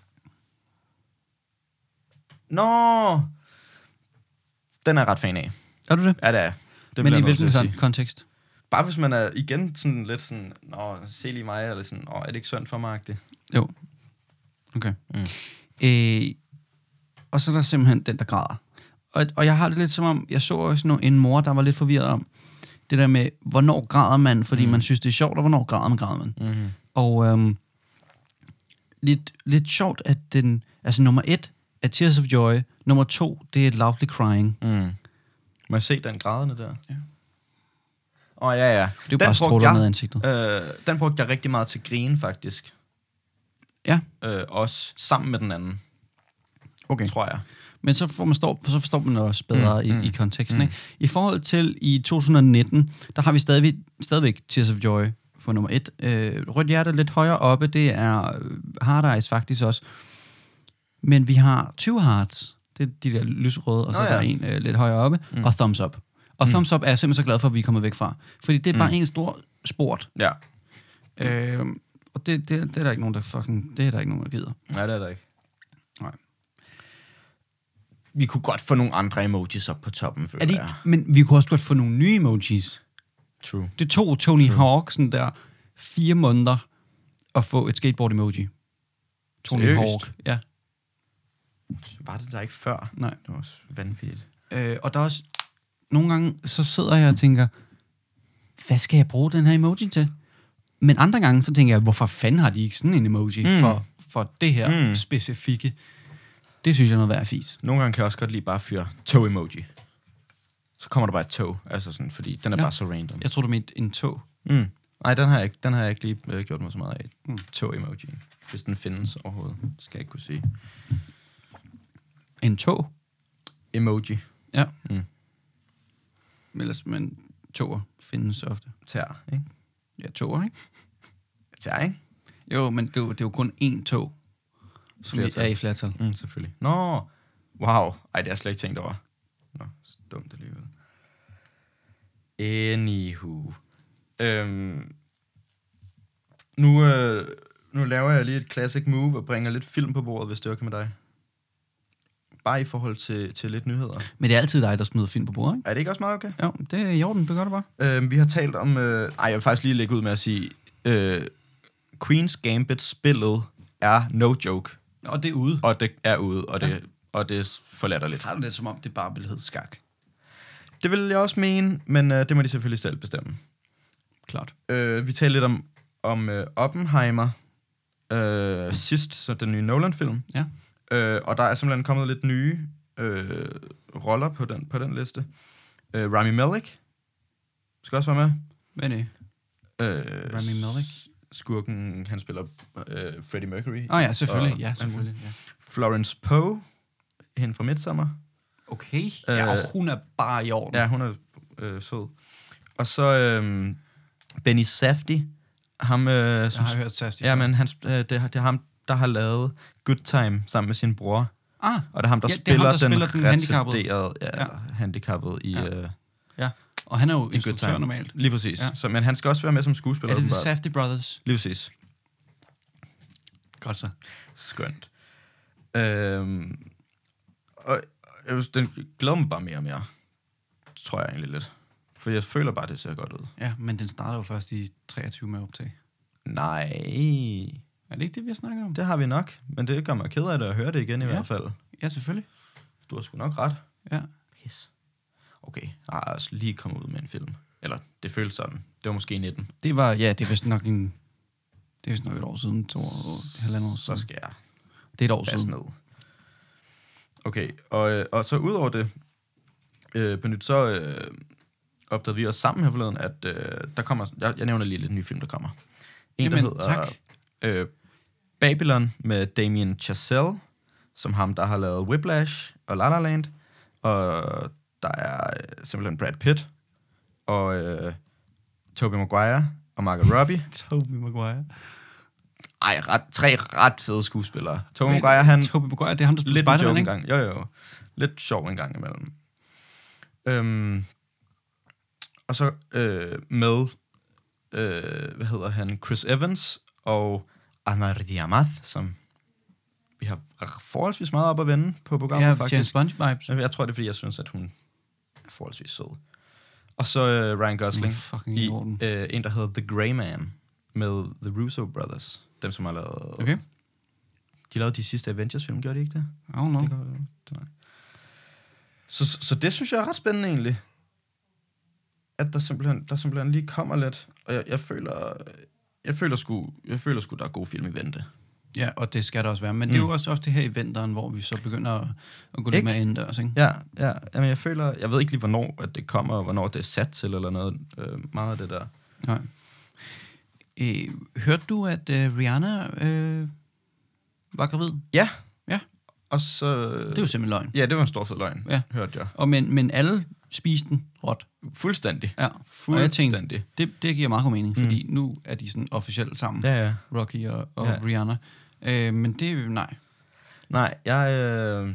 S1: Nå! Den er jeg ret fan af.
S2: Er du det?
S1: Ja, det er. Det
S2: Men
S1: bliver
S2: i
S1: jeg nødt til
S2: hvilken
S1: at sige.
S2: kon- kontekst?
S1: Bare hvis man er igen sådan lidt sådan, nå, se lige mig, eller sådan, åh, er det ikke synd for mig?
S2: Jo. Okay.
S1: Mm.
S2: Øh, og så er der simpelthen den, der græder. Og, og jeg har det lidt som om, jeg så også no- en mor, der var lidt forvirret om, det der med, hvornår græder man, fordi
S1: Mm.
S2: man synes, det er sjovt, og hvornår græder man, græder man.
S1: Mm-hmm.
S2: Og øhm, lidt, lidt sjovt, at den, altså nummer et er Tears of Joy, nummer to, det er Loudly Crying.
S1: Mm. Må jeg se den grædende der?
S2: Ja.
S1: Åh, oh, ja, ja.
S2: Det er jo
S1: Den
S2: bare
S1: brugte
S2: stråler
S1: jeg-
S2: ned i ansigtet.
S1: Øh, den brugte jeg rigtig meget til grine, faktisk.
S2: Ja.
S1: Øh, også sammen med den anden,
S2: Okay.
S1: tror jeg.
S2: Men så, får man stå, så forstår man det også bedre
S1: Mm,
S2: mm,
S1: mm,
S2: i, i konteksten.
S1: mm.
S2: Ikke? I forhold til i to tusind nitten, der har vi stadigvæk, stadigvæk Tears of Joy for nummer et. Øh, Rødt hjerte lidt højere oppe, det er øh, Hard Eyes faktisk også. Men vi har Two Hearts, det er de der lyserøde, og så
S1: Nå,
S2: er der
S1: ja.
S2: en øh, lidt højere oppe,
S1: Mm.
S2: mm. og Thumbs Up. Og
S1: Mm.
S2: Thumbs Up er jeg simpelthen så glad for, at vi er kommet væk fra. Fordi det er bare
S1: Mm.
S2: en stor sport.
S1: Ja.
S2: Øh, og det, det, det, er der ikke nogen, der fucking, det er der ikke nogen, der gider.
S1: Nej, det er der ikke.
S2: Nej.
S1: Vi kunne godt få nogle andre emojis op på toppen, føler
S2: Er det
S1: jeg.
S2: ikke, men vi kunne også godt få nogle nye emojis.
S1: True.
S2: Det tog Tony
S1: True.
S2: Hawk sådan der fire måneder at få et skateboard-emoji. Tony
S1: Seriøst?
S2: Hawk, ja.
S1: Var det der ikke før?
S2: Nej.
S1: Det var også vanvittigt.
S2: Øh, og der er også... Nogle gange, så sidder jeg og tænker, hvad skal jeg bruge den her emoji til? Men andre gange, så tænker jeg, hvorfor fanden har de ikke sådan en emoji
S1: Mm.
S2: mm. for, for det her
S1: Mm.
S2: specifikke? Det synes jeg er noget værd fis.
S1: Nogle gange kan jeg også godt lide bare fyre tog-emoji. Så kommer der bare et tog, altså sådan, fordi den er
S2: Ja.
S1: bare så random.
S2: Jeg tror, du mente en tog.
S1: Mm. Nej, den har jeg ikke, den har jeg ikke lige øh, gjort mig så meget af.
S2: Mm.
S1: Mm. Tog-emoji. Hvis den findes overhovedet, skal jeg ikke kunne sige.
S2: En tog?
S1: Emoji.
S2: Ja.
S1: Mm.
S2: Ellers, men toger findes ofte.
S1: Tær, ikke?
S2: Ja, toger, ikke?
S1: Tær, ikke?
S2: Jo, men det er jo, det er jo kun én tog, som
S1: Flertal.
S2: er i flertal.
S1: Mm, selvfølgelig. Nå, wow. Ej, det har jeg slet ikke tænkt over. Nå, så dumt alligevel. Anywho. Øhm, nu, øh, nu laver jeg lige et classic move og bringer lidt film på bordet, hvis det er okay med dig. Bare i forhold til, til lidt nyheder.
S2: Men det er altid dig, der smider film på bordet, ikke?
S1: Er det ikke også meget okay?
S2: Jo, det er i orden, du gør det bare.
S1: Øhm, vi har talt om... Øh, ej, jeg vil faktisk lige lægge ud med at sige... Øh, Queen's Gambit-spillet er no joke.
S2: Og det er ude.
S1: Og det er ude, og det,
S2: Ja.
S1: og det er forlatterligt.
S2: Har du det som om, det bare ville hedde skak?
S1: Det vil jeg også mene, men øh, det må de selvfølgelig selv bestemme.
S2: Klart.
S1: Øh, vi talte lidt om, om øh, Oppenheimer øh, sidst, så den nye Nolan-film.
S2: Ja.
S1: Øh, og der er simpelthen kommet lidt nye øh, roller på den, på den liste. Øh, Rami Malek skal også være med.
S2: Hvad er det?
S1: Øh,
S2: Rami Malek?
S1: Skurken, han spiller øh, Freddie Mercury.
S2: Åh oh, ja, selvfølgelig.
S1: Og-
S2: Ja, selvfølgelig. Ja.
S1: Florence Pugh, hende fra Midsommar.
S2: Okay. Ja,
S1: Øh,
S2: og hun er bare i orden.
S1: Ja, hun er øh, sød. Og så øh, Benny Safdie, ham, øh,
S2: Jeg
S1: som,
S2: har hørt Sasti.
S1: ja, men han, øh, det, er- det er ham, der har lavet Good Time sammen med sin bror.
S2: Ah,
S1: Og det er ham, der
S2: Ja, det er
S1: spiller
S2: ham, der
S1: den,
S2: spiller den handicappede.
S1: retarderede, ja,
S2: Ja.
S1: ja. handicappede i...
S2: Ja.
S1: Øh,
S2: ja. Og han er jo
S1: Good
S2: instruktør
S1: Time.
S2: normalt.
S1: Lige præcis.
S2: Ja.
S1: Ja. Så, men han skal også være med som skuespiller.
S2: Er det The
S1: åbenbart.
S2: Safdie Brothers?
S1: Lige præcis.
S2: Godt så.
S1: Skønt. Øhm, og jeg, vil- den glæder mig bare mere og mere. Tror jeg egentlig lidt. For jeg føler bare, det ser godt ud.
S2: Ja, men den starter jo først i treogtyve med optag.
S1: Nej.
S2: Er det ikke det, vi har snakket om?
S1: Det har vi nok, men det gør mig ked af det at høre det igen i
S2: Ja.
S1: hvert fald.
S2: Ja, selvfølgelig.
S1: Du har sgu nok ret.
S2: Ja.
S1: Pis. Okay, jeg har altså lige kommet ud med en film. Eller, det føles sådan. Det var måske nitten.
S2: Det var, ja, det er vist nok en... Det er vist nok et år siden, to år, halvandet år
S1: Så
S2: siden.
S1: skal jeg
S2: Det er et år
S1: passe
S2: siden.
S1: ned. Okay, og, øh, og så udover det, øh, på nyt, så øh, opdagede vi også sammen her forleden, at øh, der kommer... Jeg, jeg nævner lige lidt ny film, der kommer. En,
S2: Jamen,
S1: der hedder
S2: tak.
S1: Øh, Babylon med Damien Chazelle, som ham, der har lavet Whiplash og La La Land. Og der er øh, simpelthen Brad Pitt og øh, Tobey Maguire og Margot Robbie.
S2: Tobey Maguire.
S1: Ej, ret, tre ret fede skuespillere. Tobey Maguire, han...
S2: Tobey Maguire, det er ham, der spiller
S1: Lidt en
S2: Spider-Man,
S1: joke
S2: ikke?
S1: en gang. Jo, jo. Lidt sjov en gang imellem. Øhm, og så øh, med, øh, hvad hedder han, Chris Evans og Ana Diamath, som vi har forholdsvis meget op at vende på programmet,
S2: Ja,
S1: faktisk.
S2: James Bond vibes.
S1: Jeg tror, det er, fordi jeg synes, at hun er forholdsvis sød. Og så øh, Ryan Gosling
S2: Fucking
S1: i
S2: i orden.
S1: øh, en, der hedder The Grey Man med The Russo Brothers. Dem, som har lavet...
S2: Okay.
S1: De lavede de sidste Avengers-film, gjorde de ikke det?
S2: I don't know.
S1: Det gør, det så, så, så det synes jeg er ret spændende egentlig. At der simpelthen, der simpelthen lige kommer lidt. Og jeg, jeg føler... Jeg føler sgu, jeg føler sgu, der er gode film i vente.
S2: Ja, og det skal der også være. Men mm. det er jo også ofte her i vinteren, hvor vi så begynder at, at gå lidt
S1: Ikke?
S2: mere indendørs, ikke?
S1: Ja, ja. Jamen, jeg føler... Jeg ved ikke lige, hvornår at det kommer, og hvornår det er sat til, eller noget. Øh, meget af det der.
S2: Nej. Øh, hørte du, at øh, Rihanna øh, var gravid?
S1: Ja.
S2: Ja.
S1: Og så...
S2: Det er jo simpelthen løgn.
S1: Ja, det var en stor fed løgn,
S2: Ja.
S1: hørte jeg.
S2: Og men, men alle spiste den råt.
S1: Fuldstændig.
S2: Ja.
S1: Fuldstændig.
S2: Og jeg tænkte, det, det giver meget god mening,
S1: Mm.
S2: fordi nu er de sådan officielt sammen,
S1: Ja, ja.
S2: Rocky og, og
S1: Ja.
S2: Rihanna. Øh, men det er jo nej.
S1: Nej, jeg... Øh,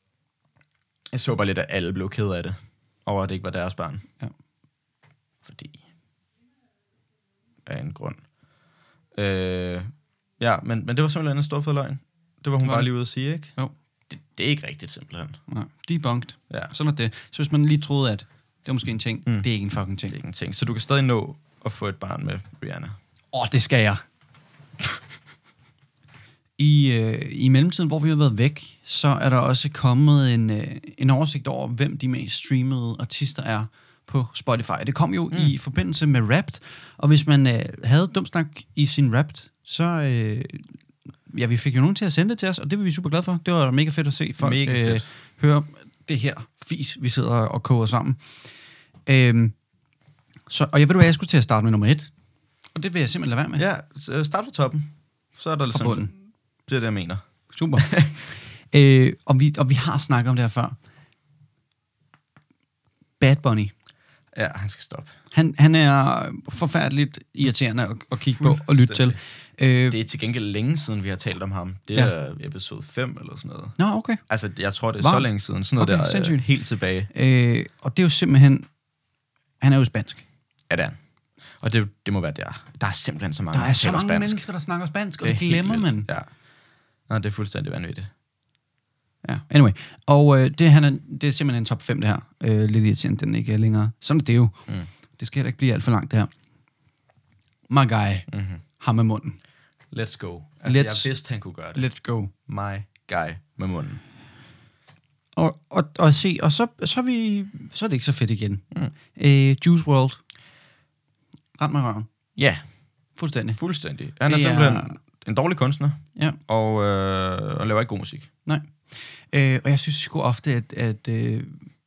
S1: jeg så bare lidt, at alle blev ked af det, over at det ikke var deres barn.
S2: Ja.
S1: Fordi... Af en grund. Øh, ja, men, men det var simpelthen en stor fed løgn. Det var hun
S2: Var
S1: bare
S2: det?
S1: lige ude at sige, ikke?
S2: Jo.
S1: Det, det er ikke rigtigt, simpelthen.
S2: Nej. Debunked.
S1: Ja.
S2: Sådan er det. Så hvis man lige troede, at det var måske en ting,
S1: Mm.
S2: mm. det er ikke en fucking ting.
S1: Det er ikke en ting. Så du kan stadig nå at få et barn med Rihanna.
S2: Åh, oh, det skal jeg. I, øh, I mellemtiden, hvor vi har været væk, så er der også kommet en, øh, en oversigt over, hvem de mest streamede artister er på Spotify. Det kom jo mm. i forbindelse med Wrapped, og hvis man øh, havde dumsnak i sin Wrapped, så øh, ja, vi fik jo nogen til at sende det til os, og det var vi super glade for. Det var mega fedt at se folk
S1: Mega
S2: øh,
S1: fedt.
S2: høre det her fis, vi sidder og koger sammen. Øh, så, og jeg ved du hvad, jeg skulle til at starte med nummer et, og det vil jeg simpelthen lade være med.
S1: Ja, så start fra toppen. Så er der
S2: Fra
S1: ligesom...
S2: bunden.
S1: Det er det, jeg mener.
S2: Super. øh, og, vi, og vi har snakket om det her før. Bad Bunny.
S1: Ja, han skal stoppe.
S2: Han, han er forfærdeligt irriterende at, at kigge på og lytte til. Øh,
S1: Det er til gengæld længe siden, vi har talt om ham. Det
S2: Ja.
S1: er episode fem eller sådan noget.
S2: Nå, okay.
S1: Altså, jeg tror, det er
S2: Varmt.
S1: så længe siden. Sådan noget
S2: Okay,
S1: der
S2: sindssygt.
S1: øh, helt tilbage.
S2: Øh, og det er jo simpelthen... Han er jo spansk.
S1: Ja, det er han. Og det, det må være der. Der er simpelthen så mange,
S2: Der er så
S1: taler
S2: mange
S1: spansk.
S2: mennesker, der snakker spansk, og
S1: Det er
S2: det glemmer
S1: helt
S2: man.
S1: vildt. Ja. Nå, det er fuldstændig vanvittigt.
S2: Ja, anyway. Og øh, det, han er, det er simpelthen en top fem, det her. Øh, lidt irriterende, den ikke er længere. Sådan er det jo.
S1: Mm.
S2: Det skal heller ikke blive alt for langt, det her. My guy.
S1: Mm-hmm.
S2: Ham med munden.
S1: Let's go. Altså,
S2: Let's-
S1: jeg vidste, han kunne gøre det.
S2: Let's go.
S1: My guy med munden.
S2: Og, og, og se, og så, så, er vi, så er det ikke så fedt igen.
S1: Mm.
S2: Øh, Juice world. Ret med røven.
S1: Ja,
S2: Fuldstændig.
S1: fuldstændig. Han er
S2: Det er-
S1: simpelthen en dårlig kunstner,
S2: Ja,
S1: og, øh, og laver ikke god musik.
S2: nej. Øh, og jeg synes sgu ofte, at, at øh,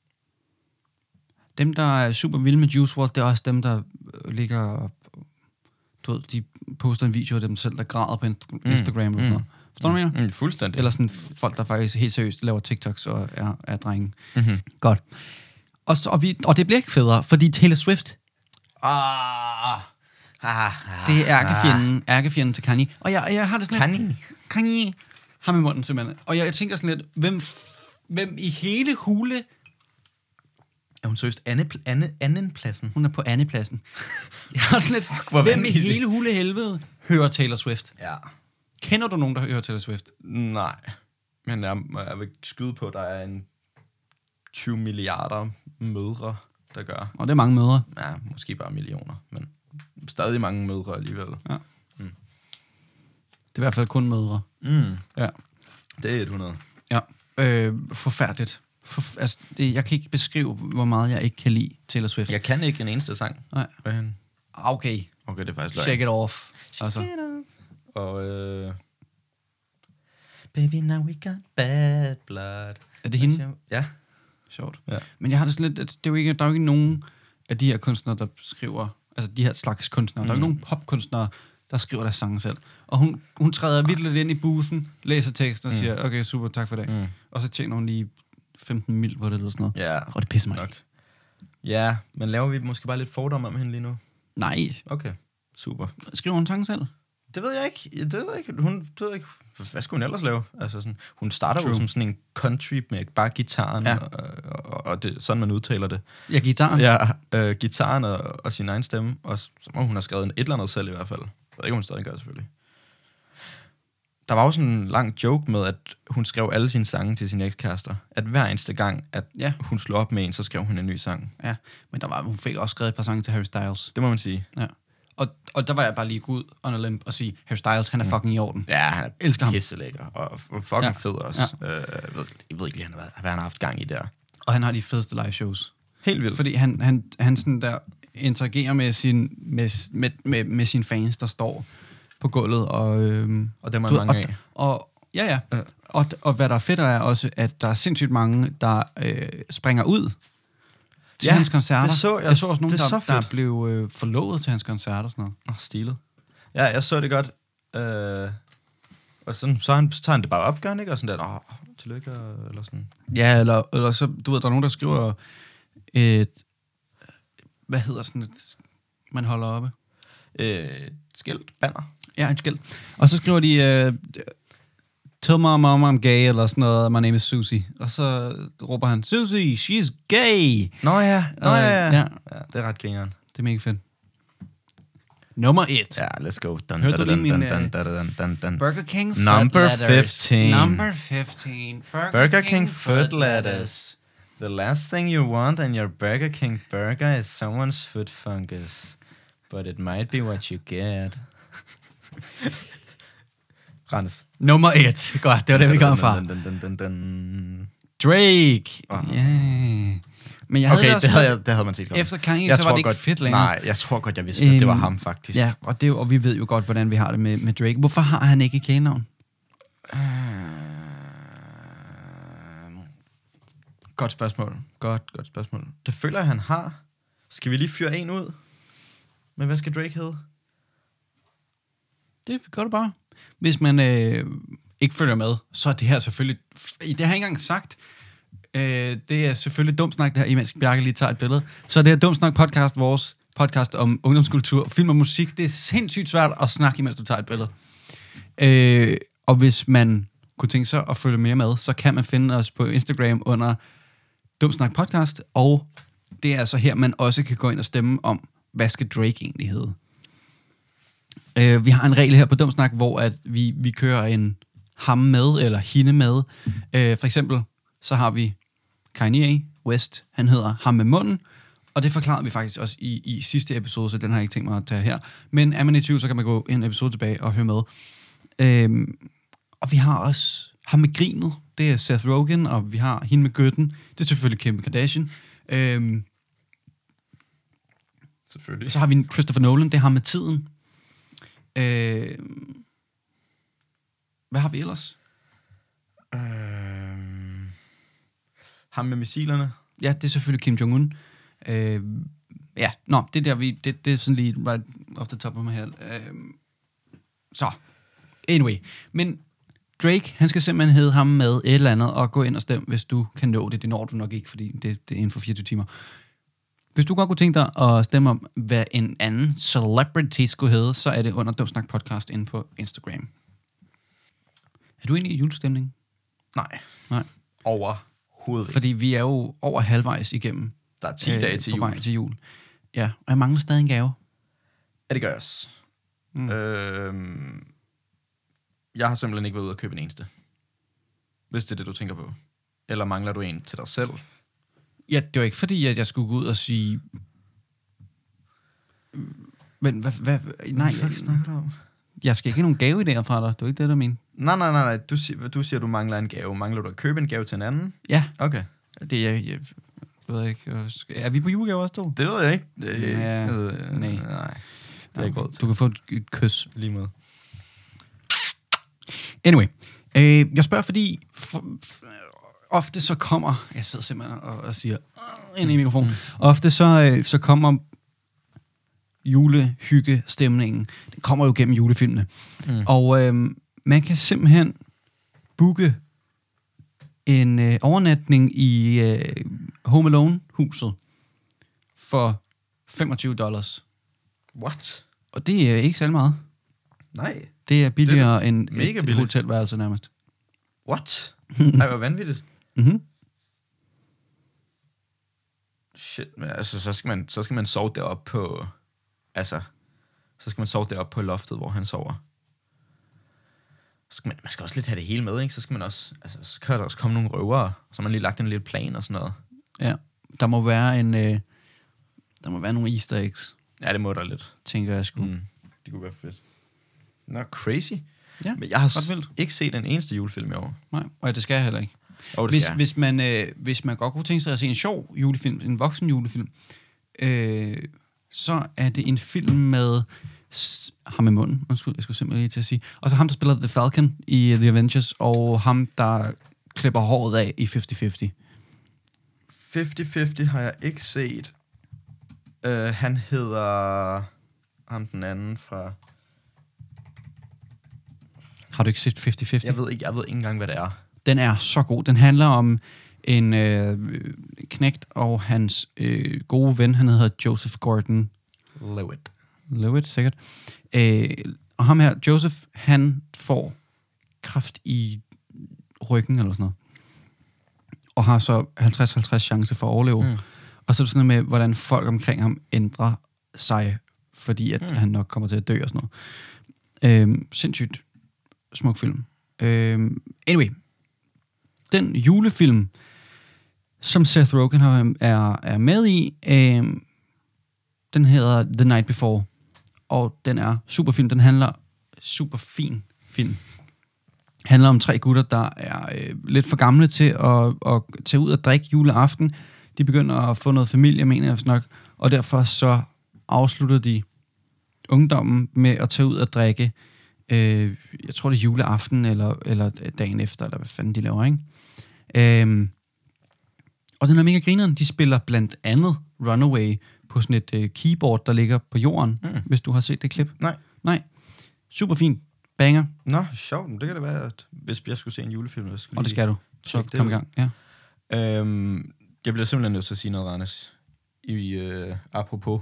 S2: dem, der er super vilde med Juice world, det er også dem, der øh, ligger... og- Du ved, de poster en video af dem selv, der græder på Inst-
S1: Mm,
S2: Instagram eller sådan
S1: mm.
S2: noget. Forstår du, hvad jeg mener?
S1: Mm, fuldstændig.
S2: Eller sådan folk, der faktisk helt seriøst laver TikToks og er, er drenge.
S1: Mm-hmm.
S2: Godt. Og, så, og, vi, og det bliver ikke federe, fordi Taylor Swift,
S1: Ah, ah,
S2: det er ærkefjenden, ærkefjenden til Kanye. Og jeg, jeg har det sådan lidt...
S1: Kanye.
S2: Kanye. Ham i munden, simpelthen. Og jeg, jeg tænker sådan lidt, hvem, f- hvem i hele hule...
S1: Er hun seriøst Anne, Anne, Andenpladsen?
S2: Hun er på andepladsen. Jeg har sådan lidt... Fuck,
S1: hvor
S2: hvem i
S1: vanvittigt.
S2: hele hule helvede hører Taylor Swift?
S1: Ja.
S2: Kender du nogen, der hører Taylor Swift?
S1: Nej. Men jeg, jeg vil skyde på, at der er en tyve milliarder mødre, der gør.
S2: Og det er mange mødre.
S1: Ja, måske bare millioner, men stadig mange mødre alligevel.
S2: Ja.
S1: Mm.
S2: Det er i hvert fald kun mødre.
S1: Mm.
S2: Ja.
S1: Det er hundrede.
S2: Ja. Øh, forfærdeligt. For, altså, det, jeg kan ikke beskrive, hvor meget jeg ikke kan lide Taylor Swift.
S1: Jeg kan ikke en eneste sang.
S2: Nej.
S1: Men...
S2: Okay.
S1: Okay, det er faktisk løgn.
S2: Shake it off. Altså.
S1: Shake it off. Og... Øh... Baby, now we got bad blood.
S2: Er det hende?
S1: Ja.
S2: Sjovt.
S1: Ja.
S2: Men jeg har det sådan lidt, at det er jo ikke, der er jo ikke nogen af de her kunstnere, der skriver, altså de her slags kunstnere, mm. der er jo ikke nogen popkunstnere, der skriver deres sange selv. Og hun, hun træder virkelig ind i boothen, læser teksten og mm. siger, okay, super, tak for det. Mm. Og så tjener hun lige femten mil på det eller sådan noget.
S1: Ja.
S2: Og det pisser mig
S1: nok. Ja, men laver vi måske bare lidt fordomme om hende lige nu?
S2: Nej.
S1: Okay, super.
S2: Skriver hun sange selv?
S1: Det ved jeg ikke. Det ved jeg ikke. Hun, det ved jeg ikke. Hvad skulle hun ellers lave? Altså sådan, hun starter True. jo som sådan en country med bare gitaren, ja. og, og, og det, sådan man udtaler det.
S2: Ja, gitaren?
S1: Ja, øh, gitaren og, og sin egen stemme. Og så må hun have skrevet et eller andet selv i hvert fald. Jeg ved ikke, om hun stadig gør, selvfølgelig. Der var jo sådan en lang joke med, at hun skrev alle sine sange til sine ekskærester. At hver eneste gang, at ja. hun slog op med en, så skrev hun en ny sang.
S2: Ja, men der var, hun fik også skrevet et par sange til Harry Styles.
S1: Det må man sige.
S2: Ja. Og, og der var jeg bare lige ud on a limb og sige, Harry Styles, han er fucking i orden.
S1: Ja, han er
S2: elsker ham.
S1: Pisselækker og fucking ja. fed også. Ja. Øh, jeg, ved, jeg ved ikke lige, hvad han har haft gang i der.
S2: Og han har de fedeste live shows.
S1: Helt vildt.
S2: Fordi han, han, han sådan der interagerer med, sin, med, med, med, med sine fans, der står på gulvet. Og, øhm,
S1: og dem er mange
S2: og,
S1: af.
S2: Og, og, ja, ja. ja. Og, og hvad der er fedt er også, at der er sindssygt mange, der øh, springer ud til ja, hans koncerter.
S1: Det så jeg.
S2: Jeg så også nogen,
S1: der,
S2: der blev øh, forlovet til hans koncerter og sådan noget.
S1: Åh, oh, stilet. Ja, jeg så det godt. Øh, og sådan, så, han, så tager han det bare op, gør han ikke? Og sådan der, åh, tillykke, eller sådan.
S2: Ja, eller, eller så, du ved, der er nogen, der skriver et, hvad hedder sådan et, man holder oppe?
S1: Øh, skilt, banner.
S2: Ja, et skilt. Og så skriver de, øh, tell my mom I'm gay, eller sådan noget, my name is Susie. Og så råber han, Susie, she's gay!
S1: Nå ja, nå ja, ja.
S2: ja.
S1: ja det er ret grineren.
S2: Det er mega fedt. Nummer et.
S1: Ja, let's go. Dun,
S2: Hørte du lige min...
S1: Dun, dun, dun, dun, dun.
S2: Burger King foot
S1: Number
S2: letters.
S1: fifteen.
S2: Number fifteen. Burger,
S1: Burger
S2: King,
S1: King
S2: foot
S1: foot letters. The last thing you want in your Burger King burger is someone's foot fungus. But it might be what you get. Rens.
S2: Nummer et. Godt, det var det, vi kom fra.
S1: Dun, dun, dun, dun, dun.
S2: Drake. Ja. Oh. Yeah. Men jeg havde
S1: okay,
S2: det,
S1: det, havde, det havde man set godt.
S2: Efter Kanye,
S1: jeg
S2: så var det ikke
S1: godt,
S2: fedt længere.
S1: Nej, jeg tror godt, jeg vidste, at um, det var ham, faktisk.
S2: Ja, og, det, og vi ved jo godt, hvordan vi har det med, med Drake. Hvorfor har han ikke et kælenavn?
S1: Uh, godt spørgsmål. Godt, godt spørgsmål. Det føler jeg, han har. Skal vi lige fyre en ud? Men hvad skal Drake hedde?
S2: Det gør du bare. Hvis man øh, ikke følger med, så er det her selvfølgelig... Det har jeg ikke engang sagt. Øh, det er selvfølgelig dumt snak, det her, imens Bjarke lige tager et billede. Så det er dumt snak podcast, vores podcast om ungdomskultur, film og musik. Det er sindssygt svært at snakke, imens du tager et billede. Øh, og hvis man kunne tænke sig at følge mere med, så kan man finde os på Instagram under dumt snak podcast. Og det er altså her, man også kan gå ind og stemme om, hvad skal Drake egentlig hedde. Øh, vi har en regel her på Dumt Snak, hvor at vi, vi kører en ham med, eller hende med. Øh, for eksempel, så har vi Kanye West, han hedder ham med munden, og det forklarede vi faktisk også i, i sidste episode, så den har jeg ikke tænkt mig at tage her. Men er man i tvivl, så kan man gå en episode tilbage og høre med. Øh, og vi har også ham med grinet, det er Seth Rogen, og vi har hende med gøtten, det er selvfølgelig Kim Kardashian. Øh,
S1: selvfølgelig.
S2: Så har vi Christopher Nolan, det er ham med tiden. Øh, hvad har vi ellers?
S1: Øh, ham med missilerne.
S2: Ja, det er selvfølgelig Kim Jong-un. Øh, ja, nå, det der vi, det, det er sådan lige right off the top of my head. Øh, så, anyway. Men Drake, han skal simpelthen hedde ham med et eller andet, og gå ind og stemme, hvis du kan nå det. Det når du nok ikke, fordi det, det er inden for fireogtyve timer. Hvis du godt kunne tænke dig at stemme om, hvad en anden celebrity skulle hedde, så er det under Dumt Snak Podcast inde på Instagram. Er du egentlig i julestemning?
S1: Nej.
S2: Nej.
S1: Overhovedet.
S2: Fordi vi er jo over halvvejs igennem.
S1: Der er ti øh, dage til
S2: på
S1: jul.
S2: Vej til jul. Ja, og jeg mangler stadig en gave.
S1: Ja, det gør jeg også. Mm. Øhm, jeg har simpelthen ikke været ude at købe en eneste. Hvis det er det, du tænker på. Eller mangler du en til dig selv?
S2: Ja, det var ikke fordi, at jeg skulle gå ud og sige... Men hvad... hvad nej,
S1: hvad snakker du om?
S2: Jeg skal ikke have nogen gaveidéer fra dig. Det er ikke det, du mener.
S1: Nej, nej, nej, nej. Du, siger, du siger, du mangler en gave. Mangler du at købe en gave til en anden?
S2: Ja.
S1: Okay.
S2: Det er jeg, jeg, jeg ved ikke. Er vi på julegave også, du?
S1: Det ved jeg ikke. Det,
S2: Ja,
S1: det ved jeg,
S2: nej.
S1: nej. Det er ikke råd til.
S2: Du kan få et, et kys.
S1: Lige med.
S2: Anyway. Øh, jeg spørger, fordi for, for, ofte så kommer... Jeg sidder simpelthen og, og siger... Øh, ind i mikrofonen. Mm. Ofte så, øh, så kommer julehyggestemningen. Den kommer jo gennem julefilmene. Mm. Og øh, man kan simpelthen booke en øh, overnatning i øh, Home Alone-huset for femogtyve dollars.
S1: What?
S2: Og det er ikke særlig meget.
S1: Nej.
S2: Det er billigere det er end
S1: mega
S2: et
S1: billigt.
S2: hotelværelse nærmest.
S1: What? Ej, hvor vanvittigt.
S2: Mm-hmm.
S1: Shit, men altså, så skal man, så skal man sove deroppe på... Altså, så skal man sove deroppe på loftet, hvor han sover. Så skal man, man skal også lidt have det hele med, ikke? Så skal man også... Altså, så kan der også komme nogle røvere, så har man lige lagt en lille plan og sådan noget.
S2: Ja, der må være en... Øh, der må være nogle easter eggs,
S1: Ja, det må der lidt.
S2: tænker jeg sgu.
S1: Mm. Det kunne være fedt. Nå, crazy.
S2: Ja,
S1: Men jeg har
S2: ret
S1: s-
S2: vildt.
S1: ikke set en eneste julefilm i år.
S2: Nej, og det skal jeg heller ikke.
S1: Oh, det
S2: Hvis,
S1: skal jeg.
S2: hvis, man, øh, hvis man godt kunne tænke sig at se en sjov julefilm, en voksen julefilm, øh, så er det en film med s- ham i munden, undskyld, jeg skulle simpelthen lige til at sige. Og så ham, der spiller The Falcon i The Avengers, og ham, der klipper håret af i halvtreds halvtreds.
S1: halvtreds halvtreds har jeg ikke set. Uh, han hedder... Ham den anden fra...
S2: Har du ikke set halvtreds halvtreds?
S1: Jeg ved ikke, jeg ved ikke engang, hvad det er.
S2: Den er så god. Den handler om en øh, knægt og hans øh, gode ven, han hedder Joseph Gordon
S1: Lewitt.
S2: Lewitt, sikkert. Øh, og ham her, Joseph, han får kræft i ryggen eller sådan noget. Og har så halvtreds halvtreds chance for at overleve. Mm. Og så er det sådan noget med, hvordan folk omkring ham ændrer sig, fordi at mm. han nok kommer til at dø og sådan noget. Øh, sindssygt smuk film. Øh, anyway, den julefilm, som Seth Rogen har, er, er med i, øh, den hedder The Night Before, og den er super film. Den handler super fin film. Handler om tre gutter, der er øh, lidt for gamle til at, at tage ud og drikke juleaften. De begynder at få noget familie, mener jeg nok, og derfor så afslutter de ungdommen med at tage ud og drikke. Øh, jeg tror, det er juleaften, eller, eller dagen efter, eller hvad fanden de laver, ikke? Øh, og den er mega grineren. De spiller blandt andet Runaway på sådan et øh, keyboard, der ligger på jorden, mm. hvis du har set det klip.
S1: Nej.
S2: Nej. Super fint. Banger.
S1: Nå, sjovt. Det kan det være, at hvis jeg skulle se en julefilm... Jeg skulle
S2: Og det skal du. Så
S1: det
S2: kom
S1: ud.
S2: i gang. Ja.
S1: Øhm, jeg bliver simpelthen nødt til at sige noget, Rannes. I, øh, apropos.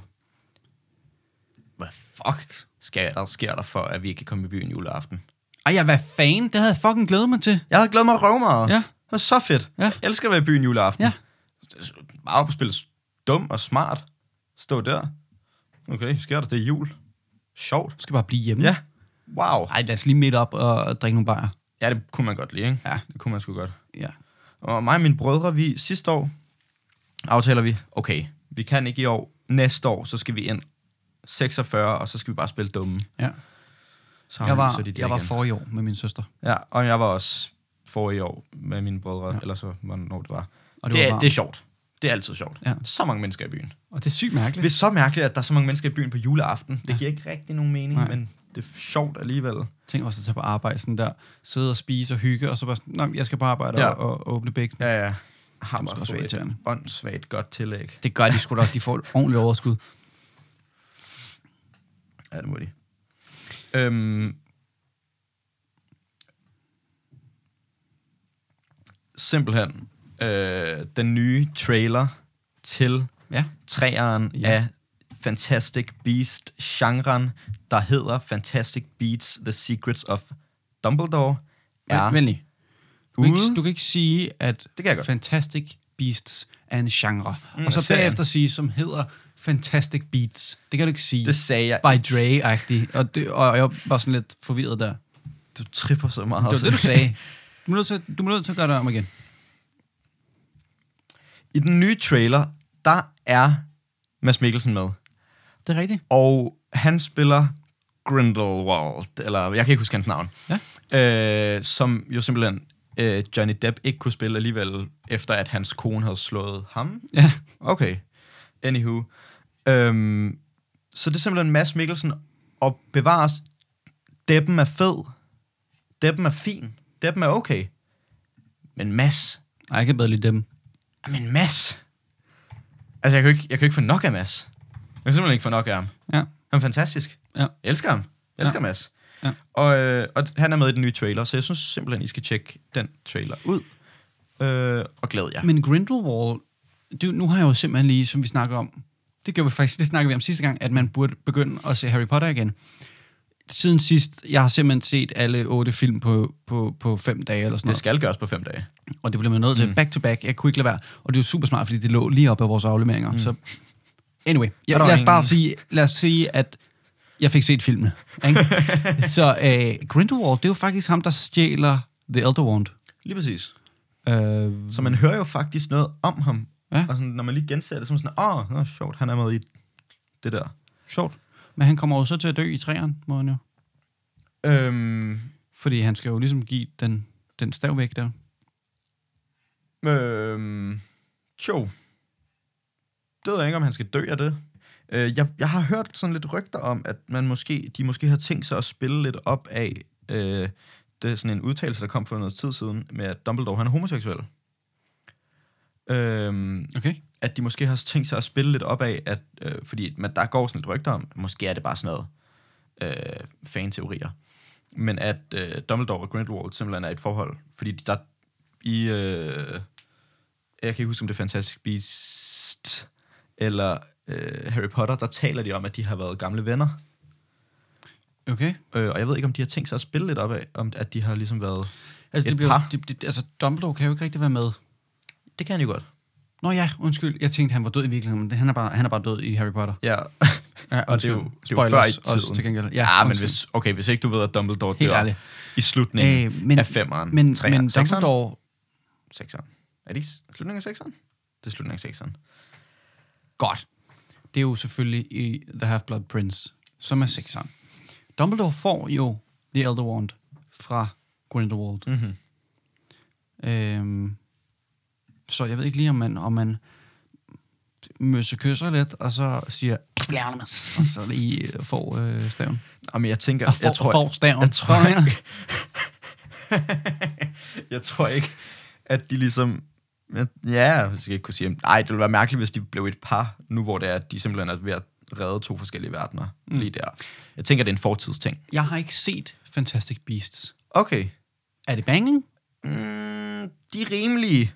S1: Hvad fuck skal der, sker der for, at vi ikke kan komme i byen juleaften?
S2: Ej, jeg var fan. Det havde jeg fucking glædet mig til.
S1: Jeg havde glædet mig røv meget.
S2: Ja.
S1: Det var så fedt.
S2: Ja.
S1: Jeg elsker at være i byen juleaften.
S2: Ja.
S1: Bare op og spille dum og smart. Stå der. Okay, sker der? Det er jul. Sjovt.
S2: Du skal bare blive hjemme.
S1: Ja. Wow.
S2: Ej, lad os lige midt op og, og drikke nogle bajer.
S1: Ja, det kunne man godt lide, ikke?
S2: Ja.
S1: Det kunne man sgu godt.
S2: Ja.
S1: Og mig og mine brødre, vi sidste år aftaler vi, okay, vi kan ikke i år. Næste år, så skal vi ind seksogfyrre, og så skal vi bare spille dumme.
S2: Ja.
S1: Så
S2: Jeg var,
S1: så de der
S2: jeg var
S1: igen.
S2: for i år med min søster.
S1: Ja, og jeg var også for i år med mine brødre,
S2: Ja.
S1: ja. Eller så, hvornår det var.
S2: Og det,
S1: Det,
S2: var
S1: er,
S2: varmt.
S1: det er sjovt. Det er altid sjovt.
S2: Ja.
S1: Så mange mennesker i byen.
S2: Og det er sygt mærkeligt.
S1: Det er så mærkeligt, at der er så mange mennesker i byen på juleaften. Det
S2: Ja.
S1: giver ikke rigtig nogen mening,
S2: Nej.
S1: men det er sjovt alligevel.
S2: Tænk også at tage på arbejde sådan der, sidde og spise og hygge, og så bare sådan, nej, jeg skal på arbejde
S1: Ja.
S2: og, og åbne bæksen.
S1: Ja, ja. Har
S2: måske
S1: man
S2: også være
S1: fået et
S2: irriterende.
S1: åndssvagt godt tillæg.
S2: Det gør de sgu da, de får et ordentligt overskud.
S1: Ja, det må de. Øhm, simpelthen øh, den nye trailer til
S2: Ja.
S1: træeren
S2: Ja.
S1: ja. af Fantastic Beast-genren, der hedder Fantastic Beasts: The Secrets of Dumbledore,
S2: Ja.
S1: er
S2: Venlig. Du kan, ikke,
S1: ude.
S2: du kan ikke sige, at
S1: Det kan jeg godt.
S2: Fantastic Beasts er en genre.
S1: Mm,
S2: og så
S1: serien.
S2: bagefter sige, som hedder Fantastic Beats. Det kan du ikke sige.
S1: Det sagde jeg.
S2: By Dre-agtigt. Og, det, og jeg var sådan lidt forvirret der.
S1: Du tripper så meget.
S2: Det var det, du sagde. Du må nødt til, du må nødt til at gøre det om igen.
S1: I den nye trailer, der er Mads Mikkelsen med.
S2: Det er rigtigt.
S1: Og han spiller Grindelwald, eller jeg kan ikke huske hans navn,
S2: Ja.
S1: øh, som jo simpelthen øh, Johnny Depp ikke kunne spille alligevel, efter at hans kone havde slået ham.
S2: Ja.
S1: Okay. Anywho. Øhm, så det er simpelthen Mads Mikkelsen, og bevares, Deppen er fed, Deppen er fin, Deppen er okay, men Mads...
S2: Ej, jeg kan bedre lide dem.
S1: Men Mads... Altså, jeg kan jo ikke, jeg kan jo ikke få nok af Mads. Jeg kan simpelthen ikke få nok af ham.
S2: Ja.
S1: Han er fantastisk.
S2: Ja.
S1: Jeg elsker ham. Jeg elsker ja. Mads.
S2: Ja.
S1: Og, øh, og han er med i den nye trailer, så jeg synes simpelthen, I skal tjekke den trailer ud. Øh, og glæd jer.
S2: Men Grindelwald, det, nu har jeg jo simpelthen lige, som vi snakker om, det gjorde vi faktisk, det snakkede vi om sidste gang, at man burde begynde at se Harry Potter igen. Siden sidst, jeg har simpelthen set alle otte film på, på, på fem dage eller sådan noget.
S1: Det skal gøres på fem dage.
S2: Og det blev man nødt til
S1: Mm.
S2: back to back. Jeg kunne ikke lade være. Og det er jo super smart, fordi det lå lige op af vores afleveringer. Mm. Så anyway, jeg, lad os bare sige, lad os sige, at jeg fik set filmene. Ikke? Så uh, Grindelwald, det er jo faktisk ham, der stjæler The Elder Wand.
S1: Lige præcis.
S2: Uh,
S1: Så man hører jo faktisk noget om ham.
S2: Ja.
S1: Og sådan, når man lige genser det, så er man sådan, åh, oh, sjovt, han er med i det der.
S2: Sjovt. Men han kommer jo så til at dø i træerne, må han jo.
S1: Øhm,
S2: Fordi han skal jo ligesom give den, den stav væk der.
S1: øhm, tjo. Det ved jeg ikke, om han skal dø af det. Øh, jeg, jeg har hørt sådan lidt rygter om, at man måske, de måske har tænkt sig at spille lidt op af, øh, det er sådan en udtalelse, der kom for noget tid siden, med at Dumbledore, han er homoseksuel. Øhm,
S2: Okay.
S1: at de måske har tænkt sig at spille lidt op af, at, øh, fordi man, der går sådan lidt rygter om, måske er det bare sådan noget øh, fan-teorier, men at øh, Dumbledore og Grindelwald simpelthen er et forhold, fordi der i, øh, jeg kan ikke huske, om det er Fantastic Beasts, eller øh, Harry Potter, der taler de om, at de har været gamle venner.
S2: Okay.
S1: Øh, og jeg ved ikke, om de har tænkt sig at spille lidt op af, om at de har ligesom været
S2: Altså,
S1: et
S2: det bliver,
S1: par.
S2: det, det, altså, Dumbledore kan jo ikke rigtig være med.
S1: Det kan han jo godt.
S2: Nå ja, undskyld. Jeg tænkte, han var død i virkeligheden, men han er bare, han er bare død i Harry Potter.
S1: Ja,
S2: Ja,
S1: og det er jo, det er jo
S2: Spoilers
S1: før i
S2: også
S1: tiden.
S2: til gengæld.
S1: Ja, ja men
S2: undskyld.
S1: hvis, okay, hvis ikke du ved, at Dumbledore
S2: Helt
S1: dør
S2: ærligt.
S1: i slutningen
S2: Øh, men,
S1: af femmeren,
S2: men,
S1: treeren,
S2: men
S1: sekseren?
S2: Dumbledore...
S1: Sekseren. Er det ikke slutningen af sekseren? Det er slutningen af sekseren.
S2: Godt. Det er jo selvfølgelig i The Half-Blood Prince, som er sekseren. Dumbledore får jo The Elder Wand fra Grindelwald.
S1: Mm-hmm.
S2: Øhm, så jeg ved ikke lige, om man, om man møsser kysser lidt, og så siger, og så lige får øh, staven.
S1: Jamen, jeg tænker,
S2: Og får,
S1: jeg tror,
S2: får staven.
S1: jeg tror
S2: Hvad mener du?
S1: jeg tror ikke, at de ligesom... Ja, jeg skal ikke kunne sige... Nej, det ville være mærkeligt, hvis de blev et par, nu hvor det er, at de simpelthen er ved at redde to forskellige verdener mm. lige der. Jeg tænker, det er en fortidstting.
S2: Jeg har ikke set Fantastic Beasts.
S1: Okay.
S2: Er det banging?
S1: Mm, de er rimelige.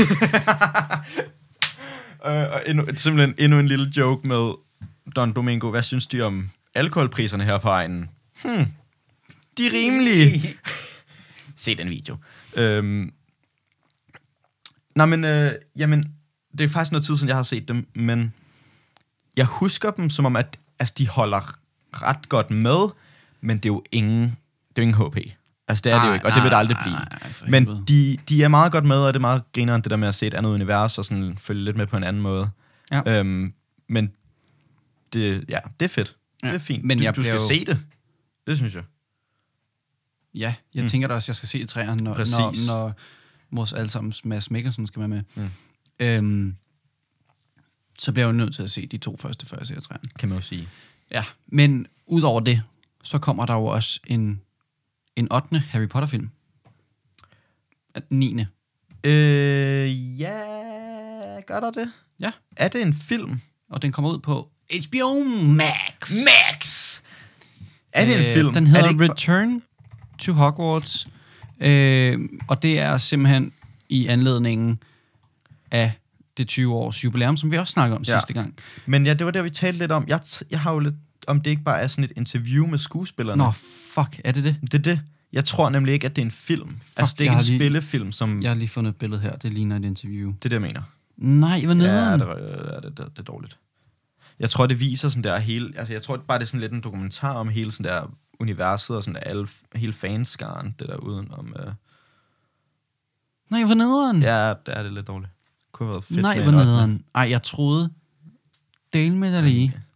S1: øh, og endnu, simpelthen endnu en lille joke med Don Domingo. Hvad synes de om alkoholpriserne her på egnen? Hmm, de er rimelige. Se den video. Øhm, nej, men, øh, jamen, det er faktisk noget tid siden, jeg har set dem, men jeg husker dem som om, at altså, de holder ret godt med, men det er jo ingen, det er jo ingen H P. Altså, det er det jo ikke, og det vil det aldrig blive. Men de, de er meget godt med, og det er meget grineren, det der med at se et andet univers, og sådan følge lidt med på en anden måde.
S2: Ja.
S1: Øhm, men det, ja, det er fedt. Ja. Det er fint.
S2: Men
S1: du,
S2: jeg
S1: du skal
S2: bliver jo-
S1: se det. Det synes jeg.
S2: Ja, jeg mm. tænker da også, at jeg skal se træerne, når,
S1: Præcis.
S2: når, når vores allesammens Mads Mikkelsen skal være med.
S1: Mm.
S2: Øhm, så bliver jeg jo nødt til at se de to første, før jeg ser træerne.
S1: Kan man jo sige.
S2: Ja, men udover det, så kommer der jo også en, en ottende Harry Potter-film. niende.
S1: Øh, ja, gør der det?
S2: Ja.
S1: Er det en film?
S2: Og den kommer ud på H B O Max.
S1: Max! Er det en
S2: Øh,
S1: film?
S2: Den
S1: Er
S2: hedder
S1: det ikke-
S2: Return to Hogwarts. Øh, og det er simpelthen i anledningen af det tyve års jubilæum, som vi også snakkede om
S1: Ja.
S2: sidste gang.
S1: Men ja, det var det, vi talte lidt om. Jeg, t- jeg har jo lidt, om det ikke bare er sådan et interview med skuespillerne.
S2: Nå, fuck, er det det?
S1: Det er det. Jeg tror nemlig ikke, at det er en film. Fuck, altså, det er
S2: jeg
S1: ikke en
S2: har lige-
S1: spillefilm, som...
S2: Jeg har lige fundet et billede her, det ligner et interview.
S1: Det er det, jeg mener.
S2: Nej, hvad
S1: Ja,
S2: nederen?
S1: det, er- ja, det, det, det er dårligt. Jeg tror, det viser sådan der hele... Altså, jeg tror bare, det er sådan lidt en dokumentar om hele sådan der universet og sådan alle, hele fanskaren, det der uden om... Uh...
S2: Nej, hvad nederen?
S1: Ja, det er det lidt dårligt. Kunne have været fedt
S2: Nej,
S1: med
S2: hvor
S1: en ottende.
S2: nederen. Ej, jeg troede, del med dig lige,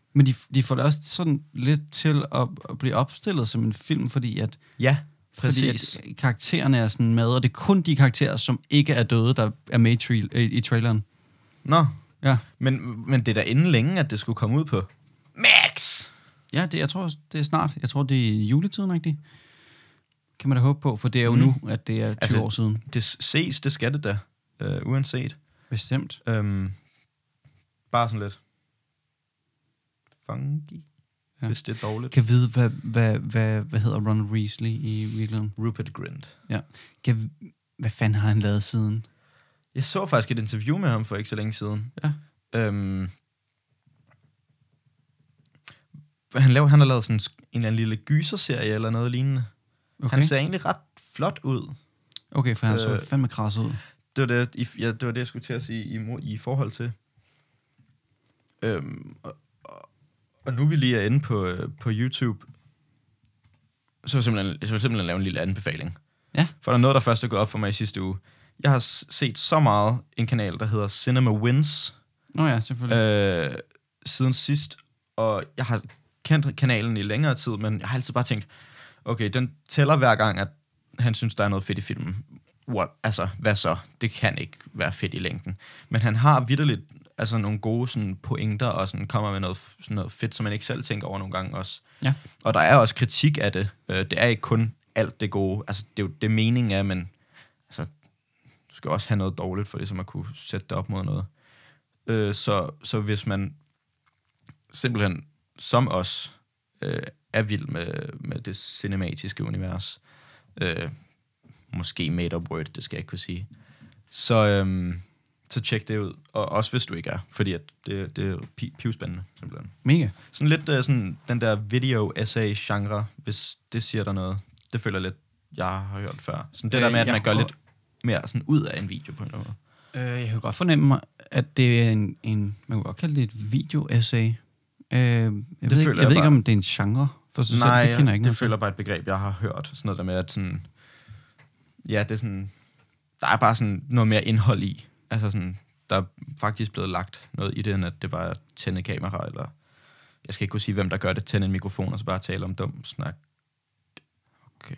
S2: Men de, de får det også sådan lidt til at, at blive opstillet som en film, fordi at,
S1: Ja,
S2: fordi
S1: præcis.
S2: at karaktererne er sådan med, og det er kun de karakterer, som ikke er døde, der er med i, trail, i, i traileren.
S1: Nå,
S2: Ja.
S1: men, men det er da inden længe, at det skulle komme ud på Max!
S2: Ja, det, jeg tror, det er snart. Jeg tror, det er juletiden, rigtigt? Kan man da håbe på, for det er jo
S1: Mm.
S2: nu, at det er tyve
S1: Altså,
S2: år siden.
S1: Det ses, det skal det da, øh, uanset.
S2: Bestemt.
S1: Øhm, bare sådan lidt funky,
S2: Ja.
S1: ja. hvis det er dårligt.
S2: Kan vide, hvad, hvad, hvad, hvad hedder Ron Weasley i virkeligheden?
S1: Rupert Grint.
S2: Ja. Kan, hvad fanden har han lavet siden?
S1: Jeg så faktisk et interview med ham for ikke så længe siden.
S2: Ja.
S1: Øhm, han, laver, han har lavet sådan en eller anden lille gyserserie eller noget lignende.
S2: Okay,
S1: Han ser egentlig ret flot ud.
S2: okay for han øh, så
S1: Øh,
S2: fandme kras ud.
S1: Det var det, i, ja, det var det, jeg skulle til at sige i, mo- i forhold til. Øhm, og, og, og nu vi lige er inde på, øh, på YouTube, så vil jeg simpelthen, jeg vil simpelthen lave en lille anbefaling.
S2: Ja.
S1: For der er noget, der først er gået op for mig i sidste uge. Jeg har s- set så meget en kanal, der hedder Cinema Wins,
S2: Nå ja, selvfølgelig.
S1: øh, siden sidst. Og jeg har kendt kanalen i længere tid, men jeg har altid bare tænkt, okay, den tæller hver gang, at han synes, der er noget fedt i filmen. What? Altså, hvad så? Det kan ikke være fedt i længden. Men han har vitterligt altså, nogle gode sådan, pointer, og sådan, kommer med noget, sådan noget fedt, som man ikke selv tænker over nogle gange også.
S2: Ja.
S1: Og der er også kritik af det. Øh, Det er ikke kun alt det gode. Altså, det er jo det meningen er, men altså, du skal også have noget dårligt for ligesom at kunne sætte det op mod noget. Øh, Så, så hvis man simpelthen som os øh, er vild med, med det cinematiske univers, øh, måske made up word, det skal jeg ikke kunne sige, så, øhm, så tjek det ud. Og også hvis du ikke er, fordi at det, det er pi- pivspændende, simpelthen.
S2: Mega.
S1: Sådan lidt øh, sådan, den der video-essay-genre, hvis det siger der noget. Det føler jeg lidt, jeg har hørt før. Sådan det
S2: Øh,
S1: der med, at
S2: jeg
S1: man gør
S2: har-
S1: lidt mere sådan ud af en video på en eller anden måde.
S2: Øh, jeg kan godt fornemme, at det er en, en man kan godt kalde det et video-essay. Øh, jeg ved, ikke,
S1: føler
S2: jeg
S1: jeg
S2: ved ikke,
S1: bare.
S2: om det er en genre for sig
S1: Nej,
S2: selv. Det kender jeg ikke
S1: det
S2: noget
S1: føler
S2: til.
S1: bare et begreb, jeg har hørt. Sådan noget der med, at sådan, ja, det er sådan, der er bare sådan noget mere indhold i. Altså sådan, der er faktisk blevet lagt noget i det, end at det bare er at tænde kamera, eller jeg skal ikke kunne sige, hvem der gør det, tænde en mikrofon, og så bare tale om dum snak. Okay.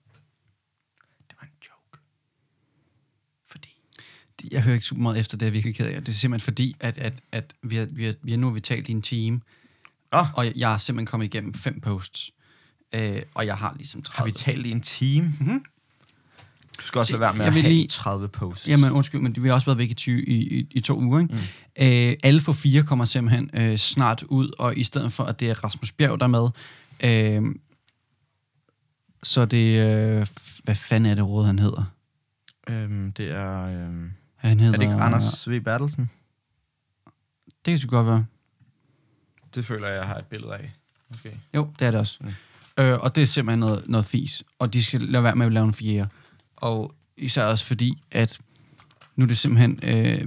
S1: Det var en joke. Fordi
S2: Jeg hører ikke super meget efter, det er jeg virkelig ked af. Det er simpelthen fordi, at, at, at vi, har, vi, har, vi har nu har vi talt i en time,
S1: Åh.
S2: og jeg er simpelthen kommet igennem fem posts, øh, og jeg har ligesom tredive.
S1: har vi talt i en time?
S2: Mhm.
S1: Du skal også
S2: Se,
S1: lade være med
S2: jeg
S1: at
S2: vil
S1: have
S2: lige-
S1: tredive posts.
S2: Jamen undskyld, men vi har også været væk i, tyve, i, i, i to uger, ikke? Mm. Øh, alle for fire kommer simpelthen øh, snart ud, og i stedet for, at det er Rasmus Bjerg, der er med, øh, så det øh, f- hvad fanden er det råd, han hedder?
S1: Øhm, det er... Øhm,
S2: Han hedder
S1: er det ikke Anders V. Bertelsen?
S2: Det kan sgu godt være.
S1: Det føler jeg, jeg har et billede af. Okay.
S2: Jo, det er det også.
S1: Mm.
S2: Mm. Øh, og det er simpelthen noget, noget fis. Og de skal lade være med at lave en fjerde. Og især også fordi, at nu er det simpelthen... Øh,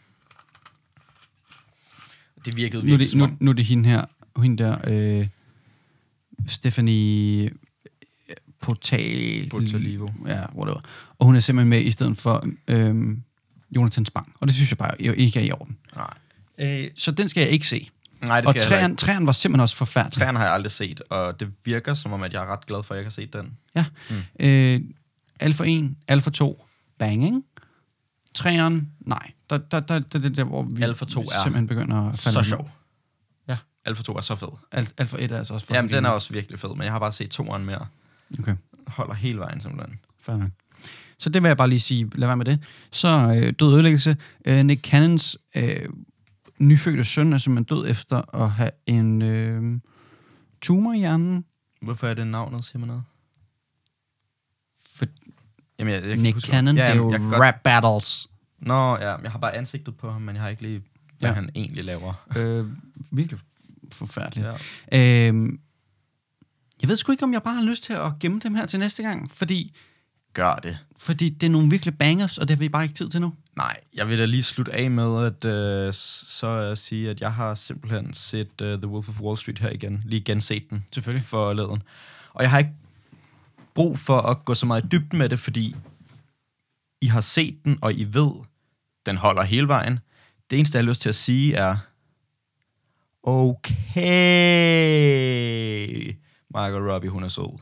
S1: Det virkede
S2: nu, er
S1: virkelig
S2: det,
S1: som
S2: nu,
S1: om...
S2: nu er det hende her, hende der, øh, Stephanie Portal...
S1: Portalivo.
S2: Ja, whatever. Og hun er simpelthen med i stedet for øh, Jonathan Spang. Og det synes jeg bare jo ikke er i orden.
S1: Nej.
S2: Øh, så den skal jeg ikke se.
S1: Nej, det
S2: Og
S1: skal jeg heller
S2: træerne,
S1: ikke.
S2: træerne var simpelthen også forfærdelig.
S1: Træerne har jeg aldrig set, og det virker som om, at jeg er ret glad for, at jeg ikke har set den.
S2: Ja.
S1: Mm.
S2: Øh, Alfa en, Alfa to, bang, ikke? Træerne, nej. Der, der, der, der, der, der hvor vi
S1: Alfa to er
S2: simpelthen begynder at falde
S1: Så
S2: ned.
S1: sjov.
S2: Ja.
S1: Alfa to er så fed.
S2: Al, Alfa et er altså også
S1: Jamen, den er
S2: fucking
S1: også virkelig fed, men jeg har bare set toeren mere.
S2: Okay,
S1: Holder hele vejen, simpelthen.
S2: fair nok. Så det vil jeg bare lige sige, lad være med det. Så øh, død ødelæggelse. Øh, Nick Cannons øh, nyfødte søn er simpelthen død efter at have en øh, tumor i hjernen.
S1: Hvorfor er det navnet, siger man noget?
S2: For
S1: Jamen, jeg, jeg kan
S2: Nick
S1: huske,
S2: Cannon,
S1: ja,
S2: det er jo
S1: jeg kan godt-
S2: rap battles.
S1: Nå, ja, jeg har bare ansigtet på ham, men jeg har ikke lige, hvad
S2: Ja.
S1: han egentlig laver.
S2: Øh, virkelig forfærdeligt.
S1: Ja.
S2: Øhm, jeg ved sgu ikke, om jeg bare har lyst til at gemme dem her til næste gang, fordi,
S1: Gør det.
S2: fordi det er nogle virkelig bangers, og det har vi bare ikke tid til nu.
S1: Nej, jeg vil da lige slutte af med at øh, så uh, sige, at jeg har simpelthen set uh, The Wolf of Wall Street her igen. Lige genset den.
S2: Selvfølgelig.
S1: Forleden. Og jeg har ikke brug for at gå så meget i dybden med det, fordi I har set den, og I ved, den holder hele vejen. Det eneste, jeg har lyst til at sige, er, Okay. Margot Robbie, hun er sød.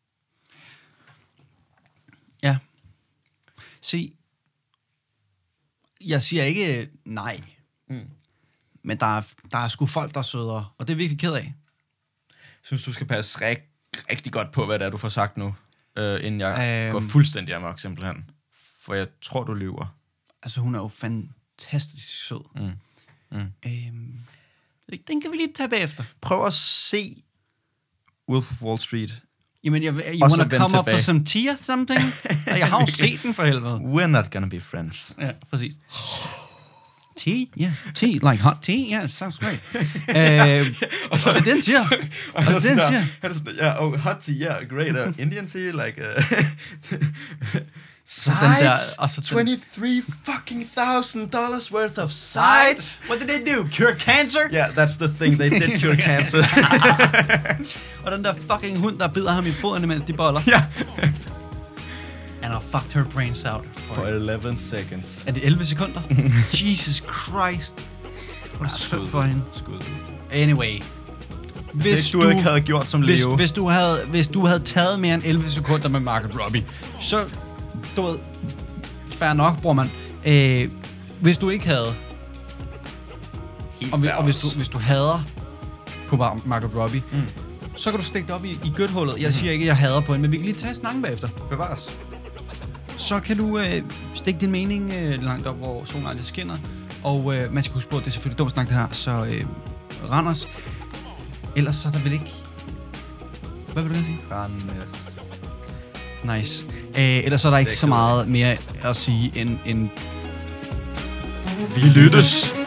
S2: Ja. Se, jeg siger ikke nej. Mm. Men der er, der er sgu folk, der er sødere, og det er virkelig ked af.
S1: Synes du skal passe rig- rigtig godt på, hvad det er, du får sagt nu, øh, inden jeg
S2: øhm,
S1: går fuldstændig amok, simpelthen. For jeg tror, du lyver.
S2: Altså, hun er jo fantastisk sød. Mm. Mm. Øhm, den kan vi lige tage bagefter.
S1: Prøv at se Wolf of Wall Street.
S2: Jamen, jeg, you wanna come up for some tea or something? Jeg har jo set den for helvede.
S1: We're not gonna be friends.
S2: Ja, præcis. Tea? Yeah, tea, like hot tea? Yeah, it sounds great. uh, og så er det den siger. Og det den siger.
S1: Ja, oh, hot tea, yeah, great. Uh, Indian tea, like... Uh, sides? Der, twenty-three fucking thousand dollars worth of sides?
S2: What did they do? Cure cancer?
S1: Yeah, that's the thing, they did cure cancer.
S2: Og den der fucking hund, der bider ham i foden, imens de boller.
S1: Ja.
S2: And I fucked her brains out.
S1: For, for eleven seconds.
S2: Er det elleve sekunder? Jesus Christ. Hvor er det sødt for hende.
S1: Skud.
S2: Anyway.
S1: Hvis du, du ikke havde gjort som
S2: hvis,
S1: Leo.
S2: Hvis du havde, hvis du havde taget mere end elleve sekunder med Margot Robbie, så, du ved, fair nok, bror man. Øh, hvis du ikke havde, og, og hvis, du, hvis du hader på Margot Robbie, mm. så kan du stikke det op i, i gødhullet. Jeg mm. siger ikke, at jeg hader på hende, men vi kan lige tage snakken bagefter.
S1: Bevares.
S2: Så kan du øh, stikke din mening øh, langt op, hvor solen aldrig skinner. Og øh, man skal huske på, at det er selvfølgelig dumt snak det her, så øh, Randers. Ellers så er der vel ikke... Hvad vil du gerne sige?
S1: Randers.
S2: Nice. Øh, ellers så er der ikke så meget mere at sige end... end...
S1: Vi lyttes!